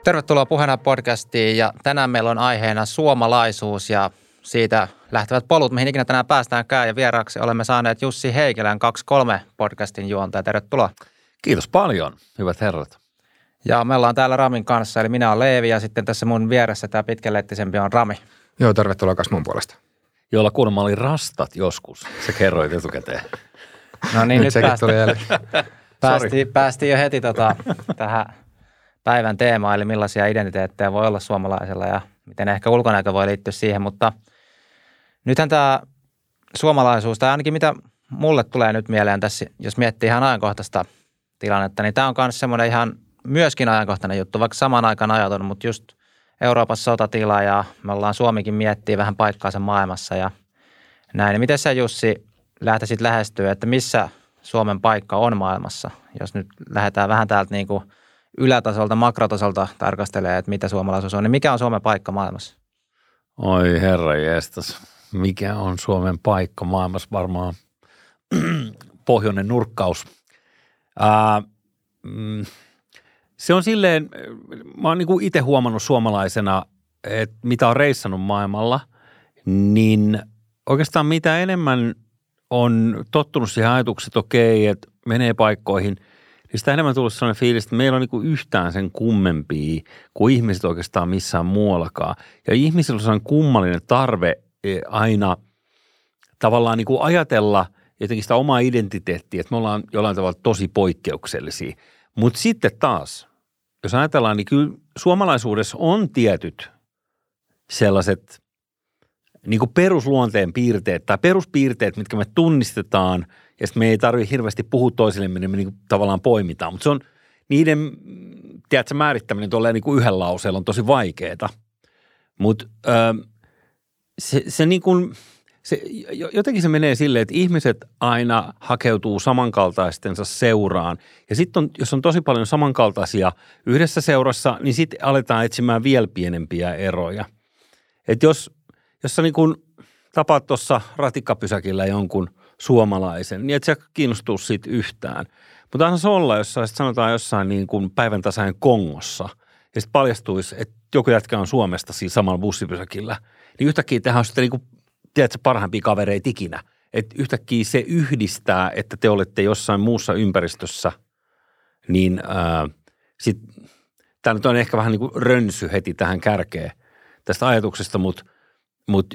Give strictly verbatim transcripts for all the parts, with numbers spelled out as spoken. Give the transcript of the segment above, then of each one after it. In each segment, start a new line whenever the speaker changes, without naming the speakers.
Tervetuloa Puheena podcastiin ja tänään meillä on aiheena suomalaisuus ja siitä lähtevät polut, mihin ikinä tänään päästäänkään. Ja vieraaksi olemme saaneet Jussi Heikelän kaksi kolme podcastin juontaja. Tervetuloa.
Kiitos paljon, hyvät herrat.
Ja me ollaan täällä Ramin kanssa, eli minä olen Leevi ja sitten tässä mun vieressä tämä pitkälettisempi on Rami.
Joo, tervetuloa kas mun puolesta.
Jolla kuulemma oli rastat joskus, sä kerroit etukäteen.
No niin, nyt, nyt päästiin, päästiin, päästiin jo heti tota, tähän päivän teemaan, eli millaisia identiteettejä voi olla suomalaisella ja miten ehkä ulkonäkö voi liittyä siihen, mutta nythän tämä suomalaisuus, tai ainakin mitä mulle tulee nyt mieleen tässä, jos miettii ihan ajankohtaista tilannetta, niin tämä on myös semmoinen ihan myöskin ajankohtainen juttu, vaikka samaan aikaan ajatunut, mutta just Euroopassa sotatila ja me ollaan Suomikin miettii vähän paikkaansa maailmassa ja näin. Niin miten sä Jussi lähtisit lähestyä, että missä Suomen paikka on maailmassa, jos nyt lähdetään vähän täältä niin kuin ylätasolta, makrotasolta tarkastelee, että mitä suomalaisuus on, niin mikä on Suomen paikka maailmassa?
Oi herra jestas, mikä on Suomen paikka maailmassa? Varmaan pohjoinen nurkkaus. Ää, mm, se on silleen, mä oon niinku itse huomannut suomalaisena, että mitä on reissannut maailmalla, niin oikeastaan mitä enemmän on tottunut siihen ajatukseen, että okei, että menee paikkoihin, niin sitä enemmän tullut sellainen fiilis, että meillä on niinku yhtään sen kummempia kuin ihmiset oikeastaan missään muuallakaan. Ja ihmisillä on sellainen kummallinen tarve aina tavallaan niinku ajatella jotenkin sitä omaa identiteettiä, että me ollaan jollain tavalla tosi poikkeuksellisia. Mutta sitten taas, jos ajatellaan, niin kyllä suomalaisuudessa on tietyt sellaiset niin kuin perusluonteen piirteet tai peruspiirteet, mitkä me tunnistetaan ja sitten me ei tarvitse hirveästi puhua toisillemme, niin me niin kuin tavallaan poimitaan. Mutta se on niiden, tiedätkö, määrittäminen tuolleen niin kuin yhden lauseella on tosi vaikeaa. Mutta se, se niin kuin, se, jotenkin se menee silleen, että ihmiset aina hakeutuu samankaltaistensa seuraan. Ja sitten on, jos on tosi paljon samankaltaisia yhdessä seurassa, niin sitten aletaan etsimään vielä pienempiä eroja. Että jos, jos sä niin kuin tapaat tuossa ratikkapysäkillä jonkun suomalaisen, niin et sä kiinnostuu siitä yhtään. Mutta aina se olla, jos sä sanotaan jossain niin kuin päivän tasainen Kongossa, ja sitten paljastuisi, että joku jätkä on Suomesta siinä samalla bussipysäkillä, niin yhtäkkiä tehdään sitten niin kuin, tiedätkö, parhaimpia kavereita ikinä. Että yhtäkkiä se yhdistää, että te olette jossain muussa ympäristössä, niin sitten tämä nyt on ehkä vähän niin kuin rönsy heti tähän kärkeen tästä ajatuksesta, mutta mut,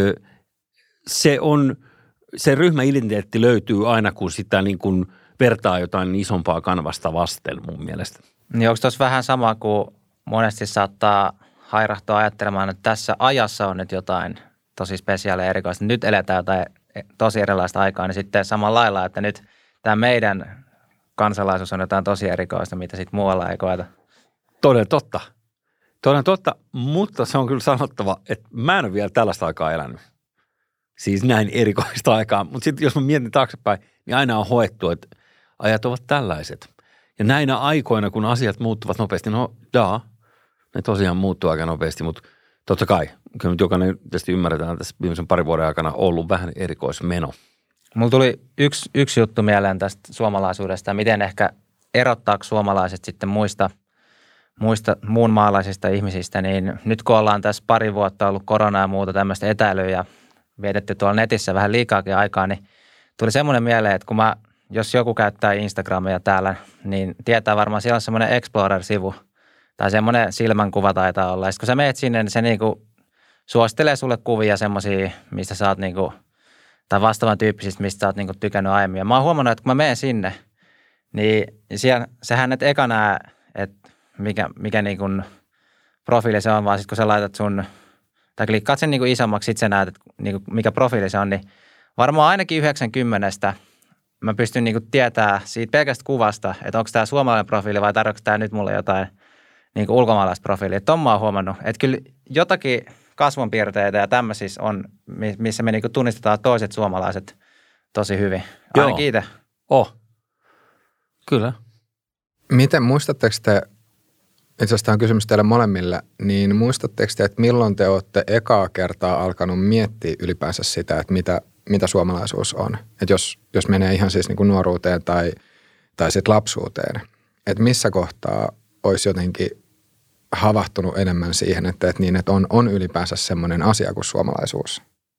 se on, se ryhmäidentiteetti löytyy aina, kun sitä niin kuin vertaa jotain isompaa kanvasta vasten mun mielestä.
Niin onko tuossa vähän sama kuin monesti saattaa hairahtua ajattelemaan, että tässä ajassa on nyt jotain tosi spesiaalia ja erikoista. Nyt eletään jotain tosi erilaista aikaa, niin sitten samalla lailla, että nyt tämä meidän kansalaisuus on jotain tosi erikoista, mitä sitten muualla ei koeta.
Toden totta. Toden totta, mutta se on kyllä sanottava, että mä en ole vielä tällaista aikaa elänyt. Siis näin erikoista aikaa. Mutta sitten jos mä mietin taaksepäin, niin aina on hoettu, että ajat ovat tällaiset. Ja näinä aikoina, kun asiat muuttuvat nopeasti, no daa, ne tosiaan muuttuu aika nopeasti, mutta totta kai, kyllä nyt jokainen tietysti ymmärretään tässä viimeisen parin vuoden aikana ollut vähän erikoismeno.
Mulla tuli yksi, yksi juttu mieleen tästä suomalaisuudesta, miten ehkä erottaako suomalaiset sitten muista, muista muun maalaisista ihmisistä, niin nyt kun ollaan tässä pari vuotta ollut korona ja muuta tämmöistä etäilyä ja vietetty tuolla netissä vähän liikaakin aikaa, niin tuli semmoinen mieleen, että kun mä, jos joku käyttää Instagramia täällä, niin tietää varmaan, siellä on semmoinen Explorer-sivu tai semmoinen silmänkuva taitaa olla. Ja sitten kun sä meet sinne, niin se niinku suosittelee sulle kuvia semmoisia, mistä sä oot niinku, tai vastaavan tyyppisistä, mistä sä oot niinku tykännyt aiemmin. Ja mä oon huomannut, että kun mä menen sinne, niin siellä, sähän et eka näe, että mikä, mikä niinku profiili se on, vaan sitten kun sä laitat sun, tai klikkaat sen niinku isommaksi, sit sä näet, että niinku mikä profiili se on, niin varmaan ainakin yhdeksänkymmentä mä pystyn niinku tietää siitä pelkästä kuvasta, että onko tämä suomalainen profiili vai tarjoako tämä nyt mulle jotain niinku ulkomaalaista profiilia. Että ton mä oon huomannut, että kyllä jotakin kasvonpiirteitä ja tämmöisissä on, missä me niinku tunnistetaan toiset suomalaiset tosi hyvin. Ainakin itse.
Oh. Kyllä.
Miten muistatteko te, itse asiassa tämä on kysymys teille molemmille, niin muistatteko te, että milloin te olette ekaa kertaa alkanut miettiä ylipäänsä sitä, että mitä, mitä suomalaisuus on? Että jos, jos menee ihan siis niin kuin nuoruuteen tai, tai sitten lapsuuteen, että missä kohtaa olisi jotenkin havahtunut enemmän siihen, että, että, niin, että on, on ylipäänsä semmoinen asia kuin suomalaisuus?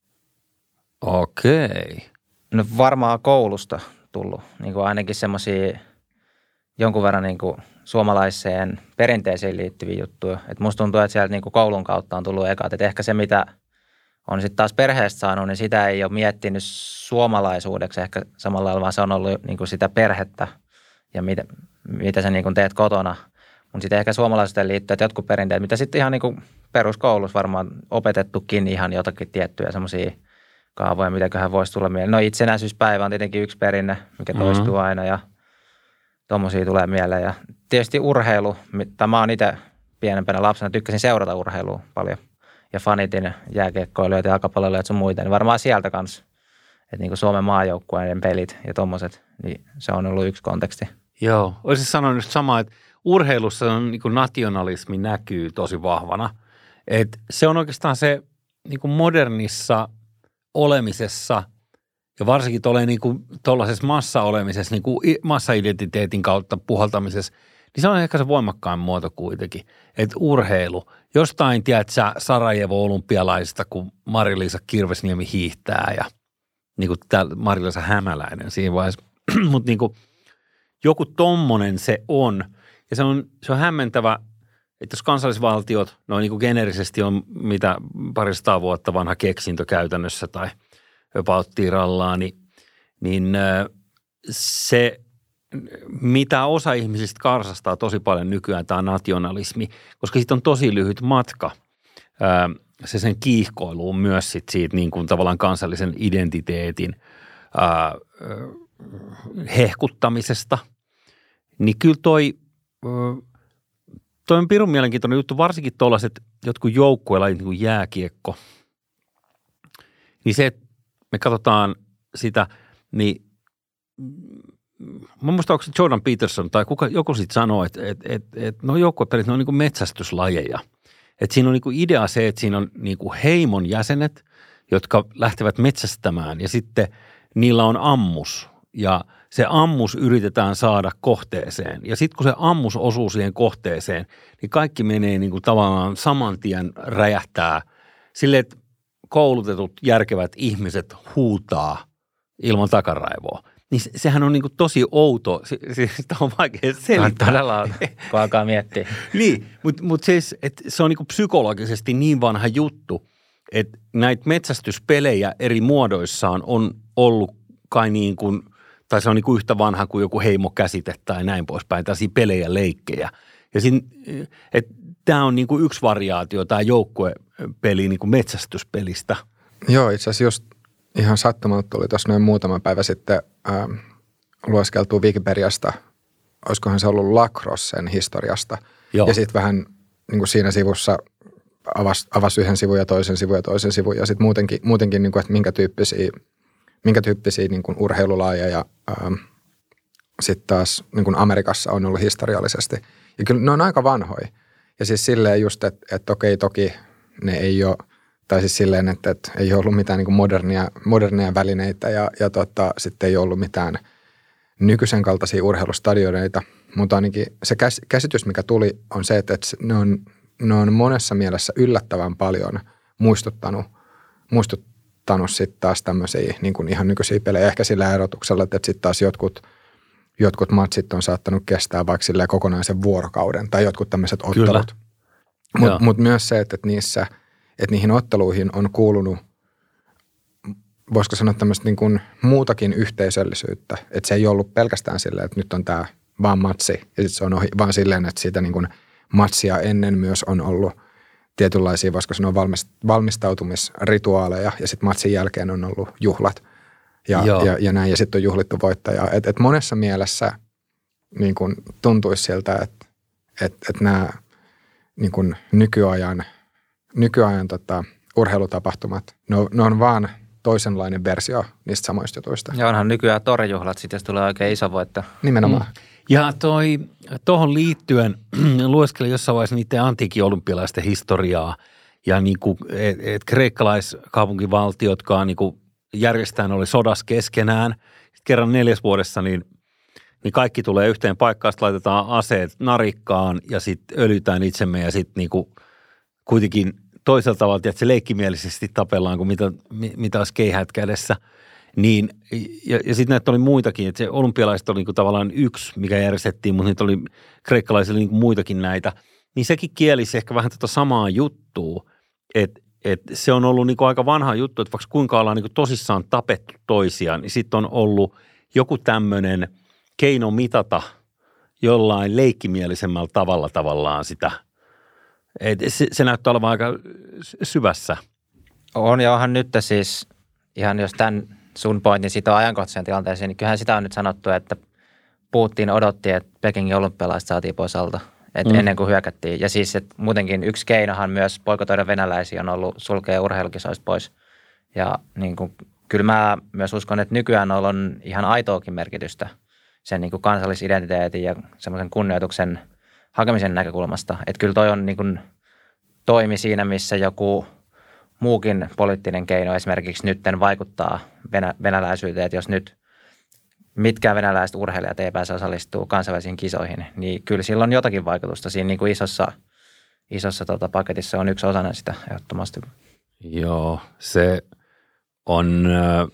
Okei.
No varmaan koulusta tullut, niin kuin ainakin semmoisia jonkun verran niin kuin suomalaiseen perinteeseen liittyviä juttuja. Et musta tuntuu, että sieltä niin kuin koulun kautta on tullut ekat. Et ehkä se, mitä on sitten taas perheestä saanut, niin sitä ei ole miettinyt suomalaisuudeksi ehkä samalla lailla, vaan se on ollut niin kuin sitä perhettä ja mitä, mitä sä niin kuin teet kotona. Mutta sitten ehkä suomalaisuuteen liittyy, että jotkut perinteet, mitä sitten ihan niin kuin peruskoulussa varmaan opetettukin ihan jotakin tiettyjä semmoisia kaavoja, mitäköhän voisi tulla mieleen. No itsenäisyyspäivä on tietenkin yksi perinne, mikä toistuu mm-hmm. aina ja tommosia tulee mieleen. Ja tietysti urheilu, mitä mä oon itse pienempänä lapsena, tykkäsin seurata urheilua paljon. Ja fanitin jääkiekkoilijoita ja jalkapalloilijoita sun muita, niin varmaan sieltä kanssa. Että niin kuin Suomen maajoukkueiden pelit ja tommoset, niin se on ollut yksi konteksti.
Joo, olisin sanonut just samaa, että urheilussa on niin kuin nationalismi näkyy tosi vahvana. Et se on oikeastaan se niin kuin modernissa olemisessa ja varsinkin tuollaisessa niin massa-olemisessa, niin kuin massa-identiteetin kautta puhaltamisessa, niin se on ehkä se voimakkain muoto kuitenkin. Että urheilu, jostain tiedät sä Sarajevo-olympialaisista, kun Mari-Liisa Kirvesniemi hiihtää ja niin kuin täällä Mari-Liisa Hämäläinen siinä vaiheessa. Mutta niin kuin joku tommonen se on. Ja se on, se on hämmentävä, että jos kansallisvaltiot, no niin kuin geneerisesti on mitä paristaa vuotta vanha keksintö käytännössä tai pauttiirallaan, niin, niin se, mitä osa ihmisistä karsastaa tosi paljon nykyään, tämä nationalismi, koska siitä on tosi lyhyt matka se sen kiihkoiluun myös sit siitä niin kuin tavallaan kansallisen identiteetin ää, hehkuttamisesta, niin kyllä toi, toi on pirun mielenkiintoinen juttu, varsinkin tuollaiset jotkut joukkuelajit, niin kuin jääkiekko, niin se, että me katsotaan sitä, niin mä muistan, onko se Jordan Peterson tai kuka, joku sitten sanoo, että, että, että, että no joukkuepelit, ne on niin kuin metsästyslajeja. Että siinä on niin kuin idea se, että siinä on niin kuin heimon jäsenet, jotka lähtevät metsästämään ja sitten niillä on ammus ja se ammus yritetään saada kohteeseen. Ja sitten kun se ammus osuu siihen kohteeseen, niin kaikki menee niin kuin tavallaan saman tien räjähtää silleen, että koulutetut järkevät ihmiset huutaa ilman takaraivoa. Niin sehän on niin kuin tosi outo, sitä on vaikea selittää.
Todella, kun alkaa miettiä.
Niin, mutta mut siis, että se on niin kuin psykologisesti niin vanha juttu, että näitä metsästyspelejä eri muodoissaan on ollut kai niin kuin, tai se on niin kuin yhtä vanha kuin joku heimokäsite tai näin poispäin, tällaisia pelejä, leikkejä. Ja tämä on niin kuin yksi variaatio, tämä joukkuepeli niin kuin metsästyspelistä.
Joo, itse asiassa just ihan sattumalta tuli tuossa noin muutama päivä sitten äh, lueskeltua Wikipediasta, olisikohan se ollut lacrossen historiasta. Joo. Ja sitten vähän niin kuin siinä sivussa avasi, avasi yhden sivun ja toisen sivun ja toisen sivun. Ja sitten muutenkin, muutenkin niin kuin, että minkä tyyppisiä, minkä tyyppisiä niin kuin urheilulajeja äh, sitten taas niin kuin Amerikassa on ollut historiallisesti. Ja kyllä ne on aika vanhoja. Ja siis silleen just, että, että okei, toki ne ei ole, tai siis silleen, että, että ei ollut mitään niin kuin modernia, modernia välineitä ja, ja tota, sitten ei ollut mitään nykyisen kaltaisia urheilustadioneita. Mutta ainakin se käsitys, mikä tuli, on se, että, että ne, on, ne on monessa mielessä yllättävän paljon muistuttanut, muistuttanut sitten taas tämmöisiä niin kuin ihan nykyisiä pelejä. Ehkä sillä erotuksella, että sitten taas jotkut Jotkut matsit on saattanut kestää vaikka silleen kokonaisen vuorokauden tai jotkut tämmöiset ottelut. Mutta mut myös se, että, että, niissä, että niihin otteluihin on kuulunut, voisiko sanoa tämmöistä niin kuin muutakin yhteisöllisyyttä. Että se ei ollut pelkästään silleen, että nyt on tämä vaan matsi ja sitten se on ohi, vaan silleen, että siitä niin kuin matsia ennen myös on ollut tietynlaisia, voisiko sanoa valmistautumisrituaaleja ja sitten matsin jälkeen on ollut juhlat. Ja, ja, ja näin, ja sitten on juhlittu voittaja. Et, et monessa mielessä niin kun tuntuisi siltä, että et, et nämä niin kun nykyajan, nykyajan tota, urheilutapahtumat, ne on, ne on vaan toisenlainen versio niistä samoista jutuista.
Ja onhan nykyään torjuhlat, sitten jos tulee oikein iso voitto.
Nimenomaan. Mm.
Ja toi, tuohon liittyen lueskelin jossain vaiheessa niiden antiikin olympialaisten historiaa, ja niin kuin, et, et kreikkalaiskaupunkivaltiot, jotka on niin kuin järjestään oli sodassa keskenään. Sitten kerran neljäs vuodessa niin niin kaikki tulee yhteen paikkaan, sitten laitetaan aseet narikkaan ja sitten öljytään itsemme ja sitten niinku kuitenkin toisella tavalla, että se leikkimielisesti tapellaan kuin mitä, mitä olisi keihät kädessä. Niin, ja, ja sitten näitä oli muitakin, että se olympialaiset oli niinku tavallaan yksi, mikä järjestettiin, mutta niitä oli kreikkalaisilla niinku muitakin näitä. Niin sekin kielisi ehkä vähän tätä samaa juttua, että et se on ollut niinku aika vanha juttu, että vaikka kuinka ollaan niinku tosissaan tapettu toisiaan, niin sitten on ollut joku tämmöinen keino mitata jollain leikkimielisemmällä tavalla tavallaan sitä. Et se, se näyttää olevan aika syvässä.
On ja onhan nyt siis, ihan jos tämän sun pointin siitä ajankohtaiseen tilanteeseen, niin kyllähän sitä on nyt sanottu, että Putin odotti, että Pekingin olympialaiset saatiin pois alta. Et mm. ennen kuin hyökättiin. Ja siis, että muutenkin yksi keinohan myös boikotoida venäläisiä on ollut sulkea urheilukisoista pois. Ja niin kuin, kyllä mä myös uskon, että nykyään on ihan aitoakin merkitystä sen niin kuin kansallisidentiteetin ja semmoisen kunnioituksen hakemisen näkökulmasta. Että kyllä toi on niin kuin toimi siinä, missä joku muukin poliittinen keino esimerkiksi nytten vaikuttaa venä, venäläisyyteen. Että jos nyt mitkään venäläiset urheilijat ei pääse osallistua kansainvälisiin kisoihin, niin kyllä sillä on jotakin vaikutusta. Siinä niin kuin isossa, isossa tota, paketissa on yksi osana sitä ehdottomasti.
Joo, se on, äh,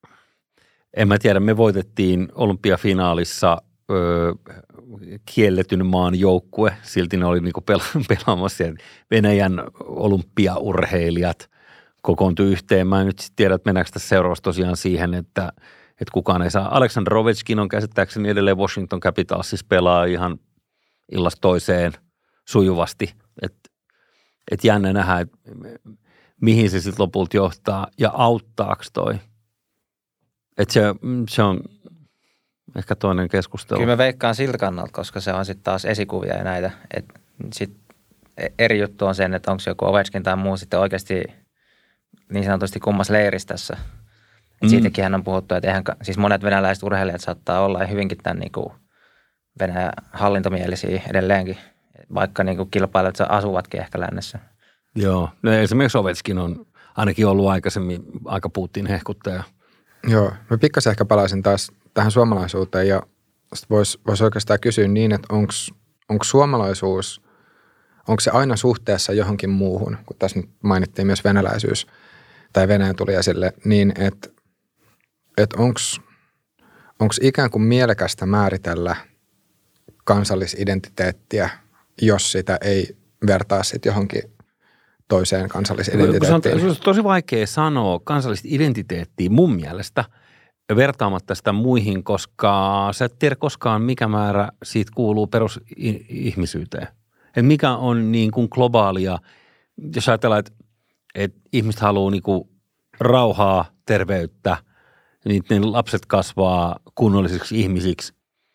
en mä tiedä, me voitettiin olympiafinaalissa äh, kielletyn maan joukkue, silti ne oli niinku pela- pelaamassa ja Venäjän olympiaurheilijat kokoontui yhteen. Mä en nyt sitten tiedä, että mennäänkö tässä seuraavassa tosiaan siihen, että että kukaan ei saa. Aleksandr Ovechkin on käsittääkseni edelleen Washington Capitalsissa pelaa ihan illasta toiseen sujuvasti. Että et jännä nähdä, että mihin se sitten lopulta johtaa ja auttaako toi. Että se, se on ehkä toinen keskustelu.
Kyllä mä veikkaan siltä kannalta, koska se on sitten taas esikuvia ja näitä. Että sitten eri juttu on sen, että onko joku Ovechkin tai muu sitten oikeasti niin sanotusti kummassa leirissä tässä. Mm. Siitäkin hän on puhuttu, että eihän, siis monet venäläiset urheilijat saattaa olla hyvinkin tämän niin kuin Venäjän hallintomielisiä edelleenkin, vaikka niin kuin kilpailijat asuvatkin ehkä lännessä.
Joo, no esimerkiksi Ovechkin on ainakin ollut aikaisemmin aika Putin hehkuttaja.
Joo, mä pikkasen ehkä palaisin taas tähän suomalaisuuteen ja voisi vois oikeastaan kysyä niin, että onko suomalaisuus, onko se aina suhteessa johonkin muuhun, kun tässä nyt mainittiin myös venäläisyys tai Venäjä tuli esille, niin että että onko ikään kuin mielekästä määritellä kansallisidentiteettiä, jos sitä ei vertaa sitten johonkin toiseen kansallisidentiteettiin?
Se on, se on tosi vaikea sanoa kansallista identiteettiä mun mielestä vertaamatta sitä muihin, koska sä et tiedä koskaan, mikä määrä siitä kuuluu perusihmisyyteen. Että mikä on niin kuin globaalia, jos ajatellaan, että, että ihmiset haluaa niin kuin rauhaa, terveyttä, niin ne lapset kasvaa kunnollisiksi ihmisiksi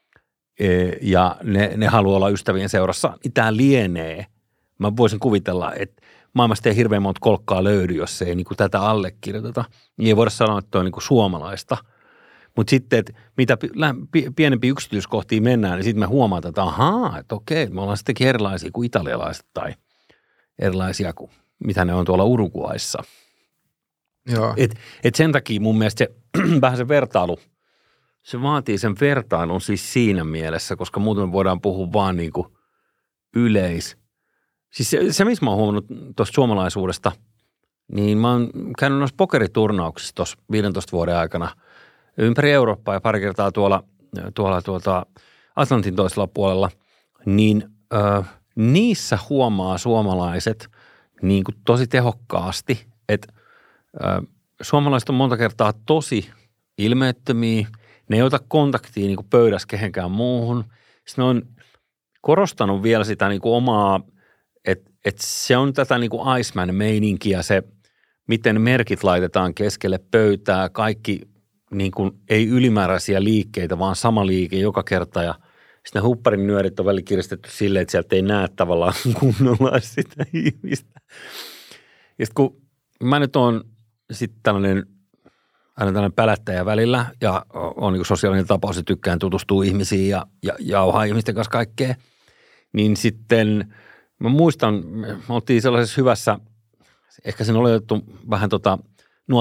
ja ne, ne haluaa olla ystävien seurassa, niin tämä lienee. Mä voisin kuvitella, että maailmasta ei hirveän monta kolkkaa löydy, jos ei niin kuin tätä allekirjoiteta. Niin ei voida sanoa, että on niin kuin suomalaista. Mutta sitten, että mitä pienempi yksityiskohtiin mennään, niin sitten me huomataan, että ahaa, että okei, me ollaan sittenkin erilaisia kuin italialaiset tai erilaisia kuin mitä ne on tuolla Uruguayssa.
Joo.
Et, et sen takia mun mielestä se, vähän se vertailu, se vaatii sen vertailun siis siinä mielessä, koska muuten voidaan puhua vaan niin kuin yleis. Siis se, se missä mä oon huomannut tuosta suomalaisuudesta, niin mä oon käynyt noissa pokeriturnauksissa tuossa viidentoista vuoden aikana ympäri Eurooppaa ja pari kertaa tuolla, tuolla tuolta Atlantin toisella puolella, niin ö, niissä huomaa suomalaiset niin kuin tosi tehokkaasti, että ö, suomalaiset on monta kertaa tosi ilmeettömiä, ne ei ota kontaktia niin kuin pöydässä kehenkään muuhun. Sitten ne on korostanut vielä sitä niin kuin omaa, että, että se on tätä niin kuin Iceman-meininkiä, se miten merkit laitetaan keskelle pöytää, kaikki niin kuin ei ylimääräisiä liikkeitä, vaan sama liike joka kerta ja sitten ne hupparin nyörit on välillä kiristetty silleen, että sieltä ei näe tavallaan kunnolla sitä ihmistä. Ja sitten kun mä nyt oon sitten tällainen, aina tällainen pälättäjä välillä ja on niin sosiaalinen tapaus ja tykkään tutustua ihmisiin ja, ja jauhaa ihmisten kanssa kaikkea, niin sitten mä muistan, me oltiin sellaisessa hyvässä, ehkä sen oli otettu vähän tota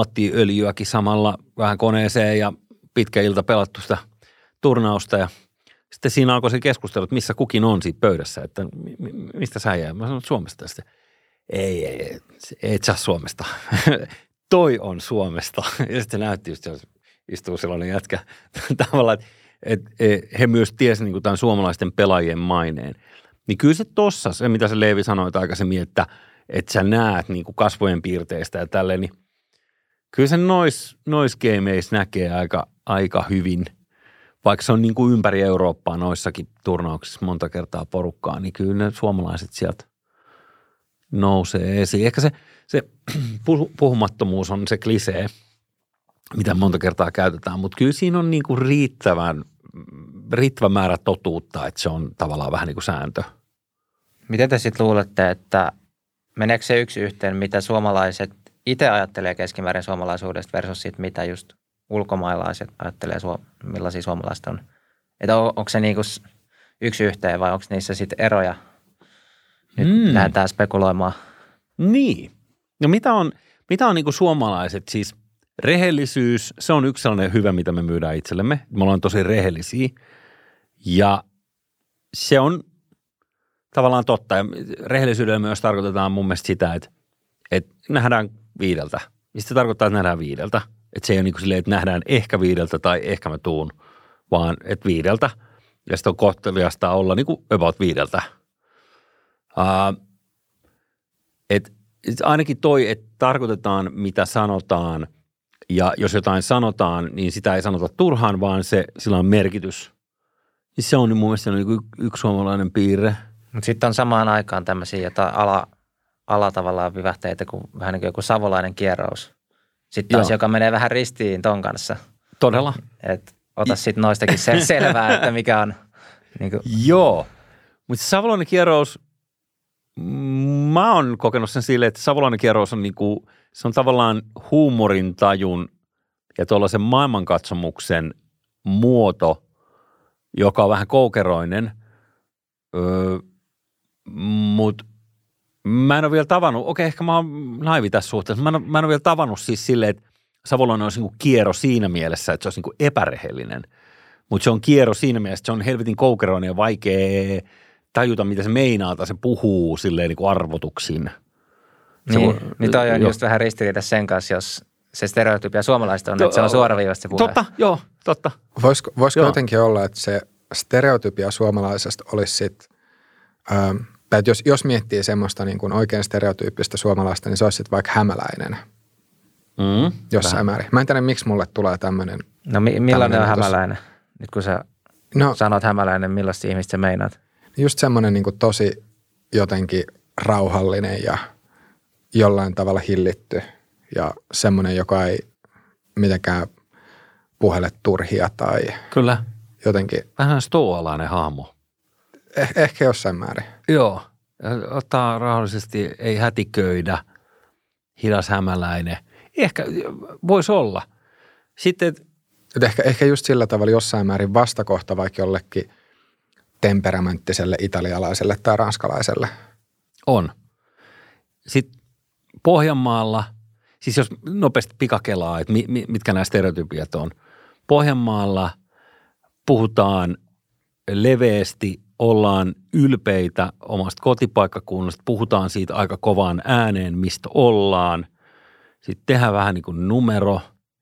nuottiöljyäkin samalla vähän koneeseen ja pitkä ilta pelattu sitä turnausta ja Sitten siinä alkoi se keskustelu, että missä kukin on siinä pöydässä, että mistä sä jää. Mä sanoin, Suomesta. Sitten, ei, ei, ei, et saa Suomesta. Toi on Suomesta. Ja sitten se näytti just, jos istuu sellainen jätkä tavallaan, että et, et, he myös tiesivät niin tämän suomalaisten pelaajien maineen. Niin kyllä se tossa, se mitä se Leevi sanoi aikaisemmin, että, että sä näet niin kuin kasvojen piirteistä ja tälleen, niin kyllä se nois, nois gameissa näkee aika, aika hyvin. Vaikka se on niin kuin ympäri Eurooppaa noissakin turnauksissa monta kertaa porukkaa, niin kyllä ne suomalaiset sieltä nousee esiin. Ehkä se, se puhumattomuus on se klisee, mitä monta kertaa käytetään, mutta kyllä siinä on niin kuin riittävän, riittävä määrä totuutta, että se on tavallaan vähän niin kuin sääntö.
Miten te sitten luulette, että meneekö se yksi yhteen, mitä suomalaiset itse ajattelee keskimäärin suomalaisuudesta versus siitä, mitä just ulkomaalaiset ajattelee, millaisia suomalaiset on? Että on, onko se niin kuin yksi yhteen vai onko niissä sitten eroja? Nyt mm. lähdetään spekuloimaan.
Niin. No mitä on, mitä on niin kuin suomalaiset? Siis rehellisyys, se on yksi sellainen hyvä, mitä me myydään itsellemme. Me ollaan tosi rehellisiä ja se on tavallaan totta. Ja rehellisyydellä myös tarkoitetaan mun mielestä sitä, että, että nähdään viideltä. Ja se tarkoittaa, että nähdään viideltä. Että se ei ole niin kuin silleen, että nähdään ehkä viideltä tai ehkä mä tuun, vaan että viideltä. Ja sitten on kohteliasta olla niin kuin about viideltä. Uh, että ainakin toi, että tarkoitetaan, mitä sanotaan, ja jos jotain sanotaan, niin sitä ei sanota turhaan, vaan se, sillä on merkitys. Ja se on mun mielestä niin yksi suomalainen piirre.
Mutta sitten on samaan aikaan tämmöisiä jotain ala, ala tavallaan vivähteitä kuin vähän niin kuin joku savolainen kierrous. Sitten taas, Joo. joka menee vähän ristiin ton kanssa.
Todella.
Että ota sitten noistakin sel- selvää, että mikä on. Niin kuin.
Joo, mutta savolainen kierrous, mä oon kokenut sen silleen, että savolainen kierrous on niinku, se on tavallaan huumorintajun ja tuollaisen maailmankatsomuksen muoto, joka on vähän koukeroinen, öö, mutta mä en ole vielä tavannut, okei ehkä mä oon naivi tässä suhteessa, mä en, mä en ole vielä tavannut siis silleen, että savolainen olisi niinku kierro siinä mielessä, että se olisi niinku epärehellinen, mutta se on kierro siinä mielessä, että se on helvetin koukeroinen ja vaikea tajuta, mitä se meinaa tai se puhuu silleen niin kuin arvotuksin.
Niin, voi, niin toi on jo. Just vähän ristiriita sen kanssa, jos se stereotypia suomalaista on, to, että se on suoraviivasta puhe.
Totta, joo, totta.
Voisiko, voisiko jotenkin olla, että se stereotypia suomalaisesta olisi sitten, ähm, tai että jos, jos miettii semmoista niin kuin oikein stereotyyppistä suomalaista, niin se olisi sitten vaikka hämäläinen mm, jossain vähän. määrin. Mä en tiedä, miksi mulle tulee tämmöinen.
No mi- millainen on hämäläinen? Nyt kun sä no, sanot hämäläinen, millaista ihmistä sä meinaat?
Just semmoinen niin kuin tosi jotenkin rauhallinen ja jollain tavalla hillitty ja semmoinen, joka ei mitenkään puhele turhia tai
Kyllä.
jotenkin.
Vähän stoalainen hahmo.
Eh, ehkä jossain määrin.
Joo. Ottaa rauhallisesti, ei hätiköidä, hidas hämäläinen. Ehkä voisi olla. Sitten
ehkä, ehkä just sillä tavalla jossain määrin vastakohta vaikka jollekin temperamenttiselle italialaiselle tai ranskalaiselle.
On. Sitten Pohjanmaalla, siis jos nopeasti pikakelaa, että mitkä nämä stereotypiat on. Pohjanmaalla puhutaan leveästi, ollaan ylpeitä omasta kotipaikkakunnasta, puhutaan siitä aika kovaan ääneen, mistä ollaan. Sitten tehdään vähän niin kuin numero.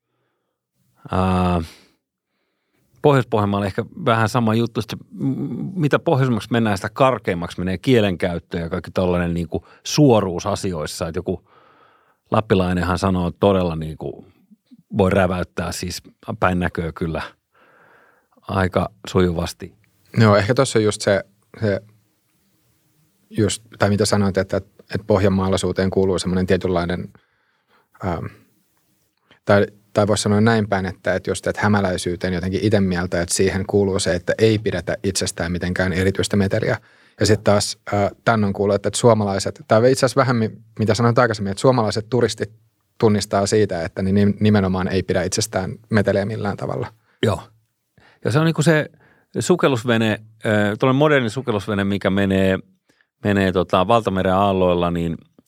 Ää, Pohjois-Pohjanmaalla ehkä vähän sama juttu, että mitä pohjoisemmaksi mennään, sitä karkeimmaksi menee kielenkäyttö ja kaikki tällainen niin kuin suoruus asioissa. Että joku lappilainenhan sanoo todella niin kuin, voi räväyttää siis päin näköä kyllä aika sujuvasti.
Joo, ehkä tuossa on just se, se just, tai mitä sanoit, että, että pohjanmaalaisuuteen kuuluu semmoinen tietynlainen, ähm, tai Tai voisi sanoa näin päin, että, että just että hämäläisyyteen jotenkin itse mieltä, että siihen kuuluu se, että ei pidetä itsestään mitenkään erityistä meteliä. Ja sitten taas äh, tämän on kuullut, että suomalaiset, tai itse asiassa vähän mitä sanoit aikaisemmin, että suomalaiset turistit tunnistaa siitä, että niin nimenomaan ei pidä itsestään meteliä millään tavalla.
Joo. Ja se on niin kuin se sukellusvene, äh, tuollainen moderni sukellusvene, mikä menee, menee tota Valtameren aalloilla, niin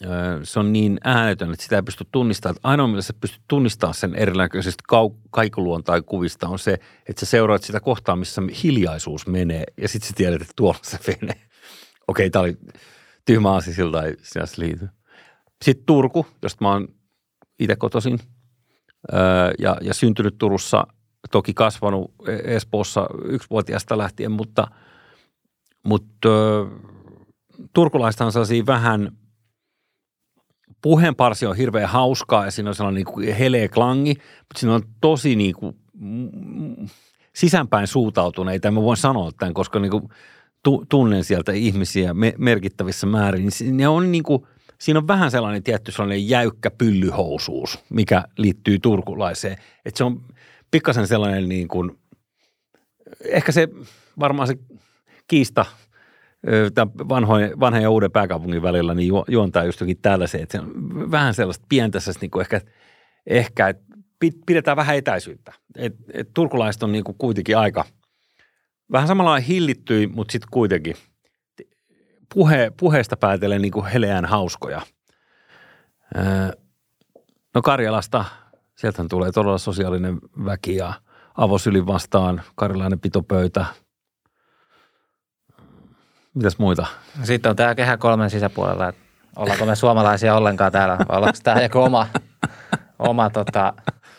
se on niin äänetön, että sitä ei pysty tunnistamaan. Ainoa, millä sä pystyt tunnistamaan sen erinäköisestä kau- kaikuluontain kuvista on se, että sä seuraat sitä kohtaa, missä hiljaisuus menee ja sitten sä tiedät, että tuolla se menee. Okei, tää oli tyhmä asia, siltä ei sinänsä liity. Sitten Turku, josta mä oon itse kotoisin ja, ja syntynyt Turussa, toki kasvanut Espoossa yksivuotiaasta lähtien, mutta, mutta turkulaista on sellaisia vähän, puheenparsi on hirveän hauskaa ja siinä on sellainen niin kuin heleä klangi, mutta siinä on tosi niin kuin sisäänpäin suutautuneita. Mä voin sanoa tämän, koska niin kuin tunnen sieltä ihmisiä merkittävissä määrin. Ne on niin kuin, siinä on vähän sellainen tietty sellainen jäykkä pyllyhousuus, mikä liittyy turkulaiseen. Että se on pikkasen sellainen niin kuin, ehkä se varmaan se kiista vanhojen, vanhan ja uuden pääkaupungin välillä niin ju, juontaa just jokin tällaiseen, että se on vähän sellaista pientä, niin kuin ehkä, ehkä että pidetään vähän etäisyyttä. Et, et turkulaiset on niin kuin kuitenkin aika, vähän samalla hillittyy, mutta sitten kuitenkin puhe, puheesta päätellen niin kuin heleään hauskoja. Öö, no Karjalasta, sieltähän tulee todella sosiaalinen väki ja avosylin vastaan, karjalainen pitopöytä. Mitäs muita?
Sitten on tämä Kehä kolmen sisäpuolella, että ollaanko me suomalaisia ollenkaan täällä, vai ollaanko tämä joku oma, oma, tota,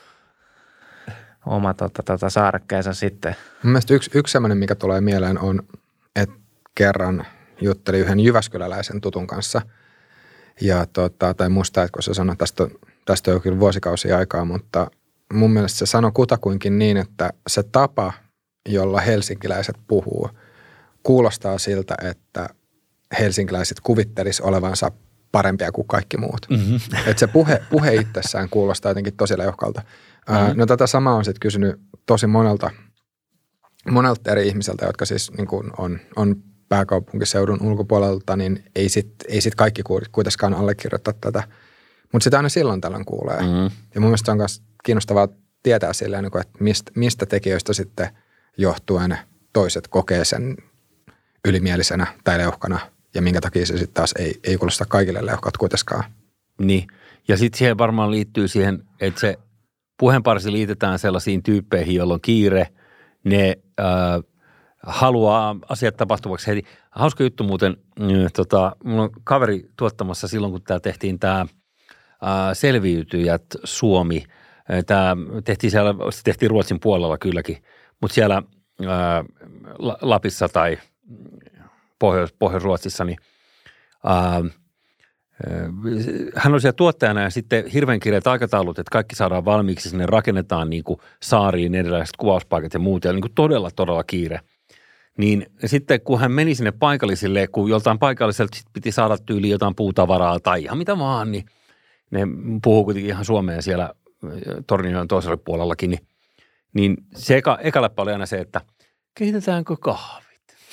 oma tota, tota, saarekkeensa sitten?
Mielestäni yksi, yksi sellainen, mikä tulee mieleen on, että kerran juttelin yhden jyväskyläläisen tutun kanssa, ja tota, tai muista, että kun se sanoi, tästä, tästä on jo kyllä vuosikausia aikaa, mutta mun mielestä se sanoi kutakuinkin niin, että se tapa, jolla helsinkiläiset puhuu, kuulostaa siltä, että helsinkiläiset kuvittelis olevansa parempia kuin kaikki muut. Mm-hmm. Että se puhe, puhe itsessään kuulostaa jotenkin tosi leuhkalta. Mm-hmm. No tätä samaa on sitten kysynyt tosi monelta, monelta eri ihmiseltä, jotka siis niin kuin on, on pääkaupunkiseudun ulkopuolelta, niin ei sitten ei sit kaikki kuitenkaan allekirjoittaa tätä. Mutta sitä aina silloin tällöin kuulee. Mm-hmm. Ja mun mielestä on myös kiinnostavaa tietää silleen, että mistä, mistä tekijöistä sitten johtuen toiset kokee sen ylimielisenä tai leuhkana, ja minkä takia se sitten taas ei, ei kuulosta kaikille leuhkat kuitenkaan.
Niin, ja sitten siihen varmaan liittyy siihen, että se puheenparsi liitetään sellaisiin tyyppeihin, joilla on kiire, ne äh, haluaa asiat tapahtuvaksi heti. Hauska juttu muuten, äh, tota, mulla on kaveri tuottamassa silloin, kun täällä tehtiin tämä äh, Selviytyjät Suomi. Äh, tämä tehtiin siellä, se tehtiin Ruotsin puolella kylläkin, mutta siellä äh, Lapissa tai Pohjois- Pohjois-Ruotsissa, niin ää, hän on siellä tuottajana ja sitten hirveän kireät aikataulut, että kaikki saadaan valmiiksi, sinne rakennetaan niin kuin saariin erilaiset kuvauspaikat ja muut, ja niin kuin todella, todella kiire. Niin sitten kun hän meni sinne paikallisille, kun joltain paikalliselta piti saada tyyliin jotain puutavaraa tai ihan mitä vaan, niin ne puhuu kuitenkin ihan suomea siellä Tornionjoen toisella puolellakin, niin, niin se eka, eka läppä oli aina se, että kehitetäänkö kahvit?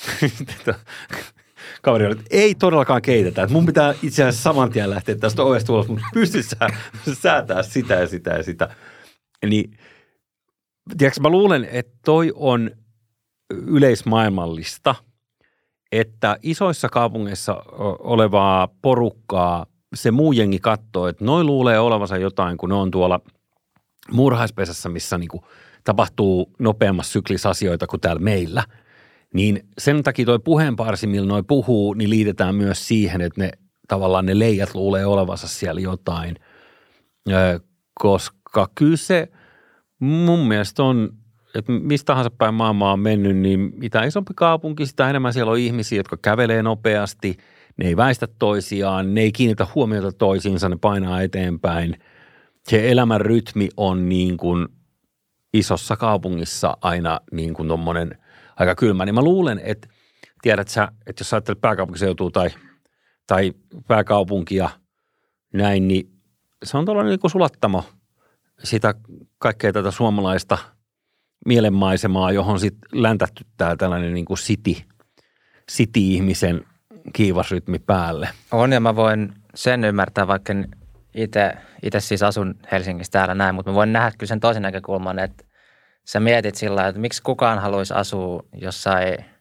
Kaveri oli, että ei todellakaan keitetä. Että mun pitää itse asiassa saman tien lähteä tästä ovesta ulos, mutta pystyt säätää sitä ja sitä ja sitä. Niin, tiedätkö, mä luulen, että toi on yleismaailmallista, että isoissa kaupungeissa olevaa porukkaa se muu jengi katsoo, että noi luulee olevansa jotain, kun ne on tuolla muurahaispesässä, missä niinku tapahtuu nopeammassa syklissä asioita kuin täällä meillä. Niin sen takia toi puheenparsi, millä noi puhuu, niin liitetään myös siihen, että ne tavallaan ne leijat luulee olevansa siellä jotain. Ö, koska kyllä se mun mielestä on, että mistä tahansa päin maailmaa on mennyt, niin mitä isompi kaupunki, sitä enemmän siellä on ihmisiä, jotka kävelee nopeasti, ne ei väistä toisiaan, ne ei kiinnitä huomiota toisiinsa, ne painaa eteenpäin. Se elämän rytmi on niin kuin isossa kaupungissa aina niin kuin tommonen aika kylmä, niin mä luulen, että tiedät sä, että jos ajattelet pääkaupunkiseutua tai, tai pääkaupunkia näin, niin se on tuollainen niin kuin sulattamo sitä kaikkea tätä suomalaista mielenmaisemaa, johon sitten läntähtyttää tällainen niin kuin city, city-ihmisen kiivas rytmi päälle.
On, ja mä voin sen ymmärtää, vaikka itse, itse siis asun Helsingissä täällä näin, mutta mä voin nähdä kyllä sen toisen näkökulman, että sä mietit sillä, että miksi kukaan haluaisi asua jossain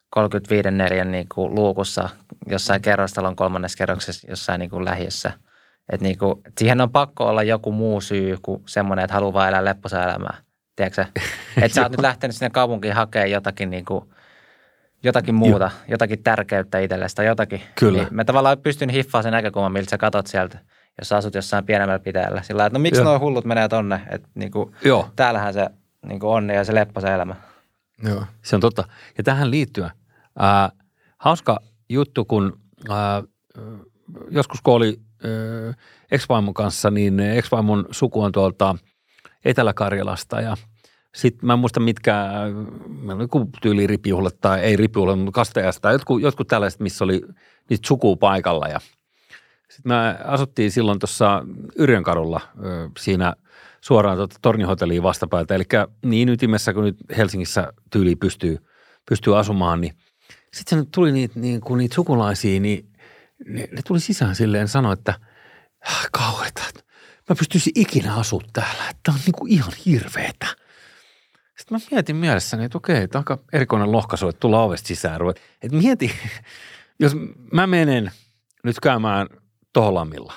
kolmekymmentäviisi neliön niin kuin luukussa jossain kerrostalon kolmannessa kerroksessa jossain niin kuin lähiössä. Että niin kuin, et siihen on pakko olla joku muu syy kuin semmoinen, että haluaa vaan elää lepposaa elämää. Tiedätkö sä? Että sä oot nyt lähtenyt sinne kaupunkiin hakemaan jotakin, niin kuin, jotakin muuta, jo. jotakin tärkeyttä itsellesi tai jotakin.
Kyllä.
Niin mä tavallaan pystyn hiffaamaan sen näkökulman, miltä sä katot sieltä, jos sä asut jossain pienemmällä pitäjällä. Sillä että no miksi nuo hullut menee tonne? Että niin kuin, täällähän se niin kuin onni ja se lepposa elämä.
Joo.
Se on totta. Ja tähän liittyen, ää, hauska juttu, kun ää, joskus kun oli ää, ex-vaimon kanssa, niin ex-vaimon suku on tuolta Etelä-Karjalasta ja sitten mä en muista mitkä, meillä oli joku tyyli ripijuhlat tai ei ripijuhlat, mutta kastajasta tai jotkut, jotkut tällaiset, missä oli niitä sukua paikalla ja sitten me asuttiin silloin tuossa Yrjönkadulla siinä suoraan tuota Tornihotelliin vastapäätä, eli niin ytimessä kuin nyt Helsingissä tyyli pystyy, pystyy asumaan, niin sitten tuli niitä, niin kun niitä sukulaisia, niin ne, ne tuli sisään silleen sanoi, että kauheeta, mä pystyisin ikinä asua täällä, että on niin kuin ihan hirveetä. Sitten mä mietin mielessäni, että okei, tämä on aika erikoinen lohkaisu, että tullaan ovesta sisään. Että mieti, jos mä menen nyt käymään Toholammilla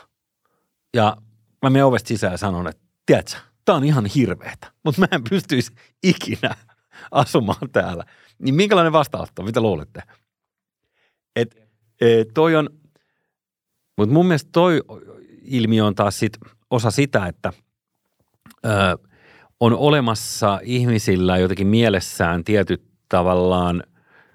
ja mä menen ovesta sisään ja sanon, että tiedätkö, tää on ihan hirveetä, mutta mä en pystyisi ikinä asumaan täällä. Niin minkälainen vastaanotto, mitä luulette? Että et toi on, mutta mun mielestä toi ilmiö on taas sit osa sitä, että ö, on olemassa ihmisillä jotenkin mielessään tietyt tavallaan,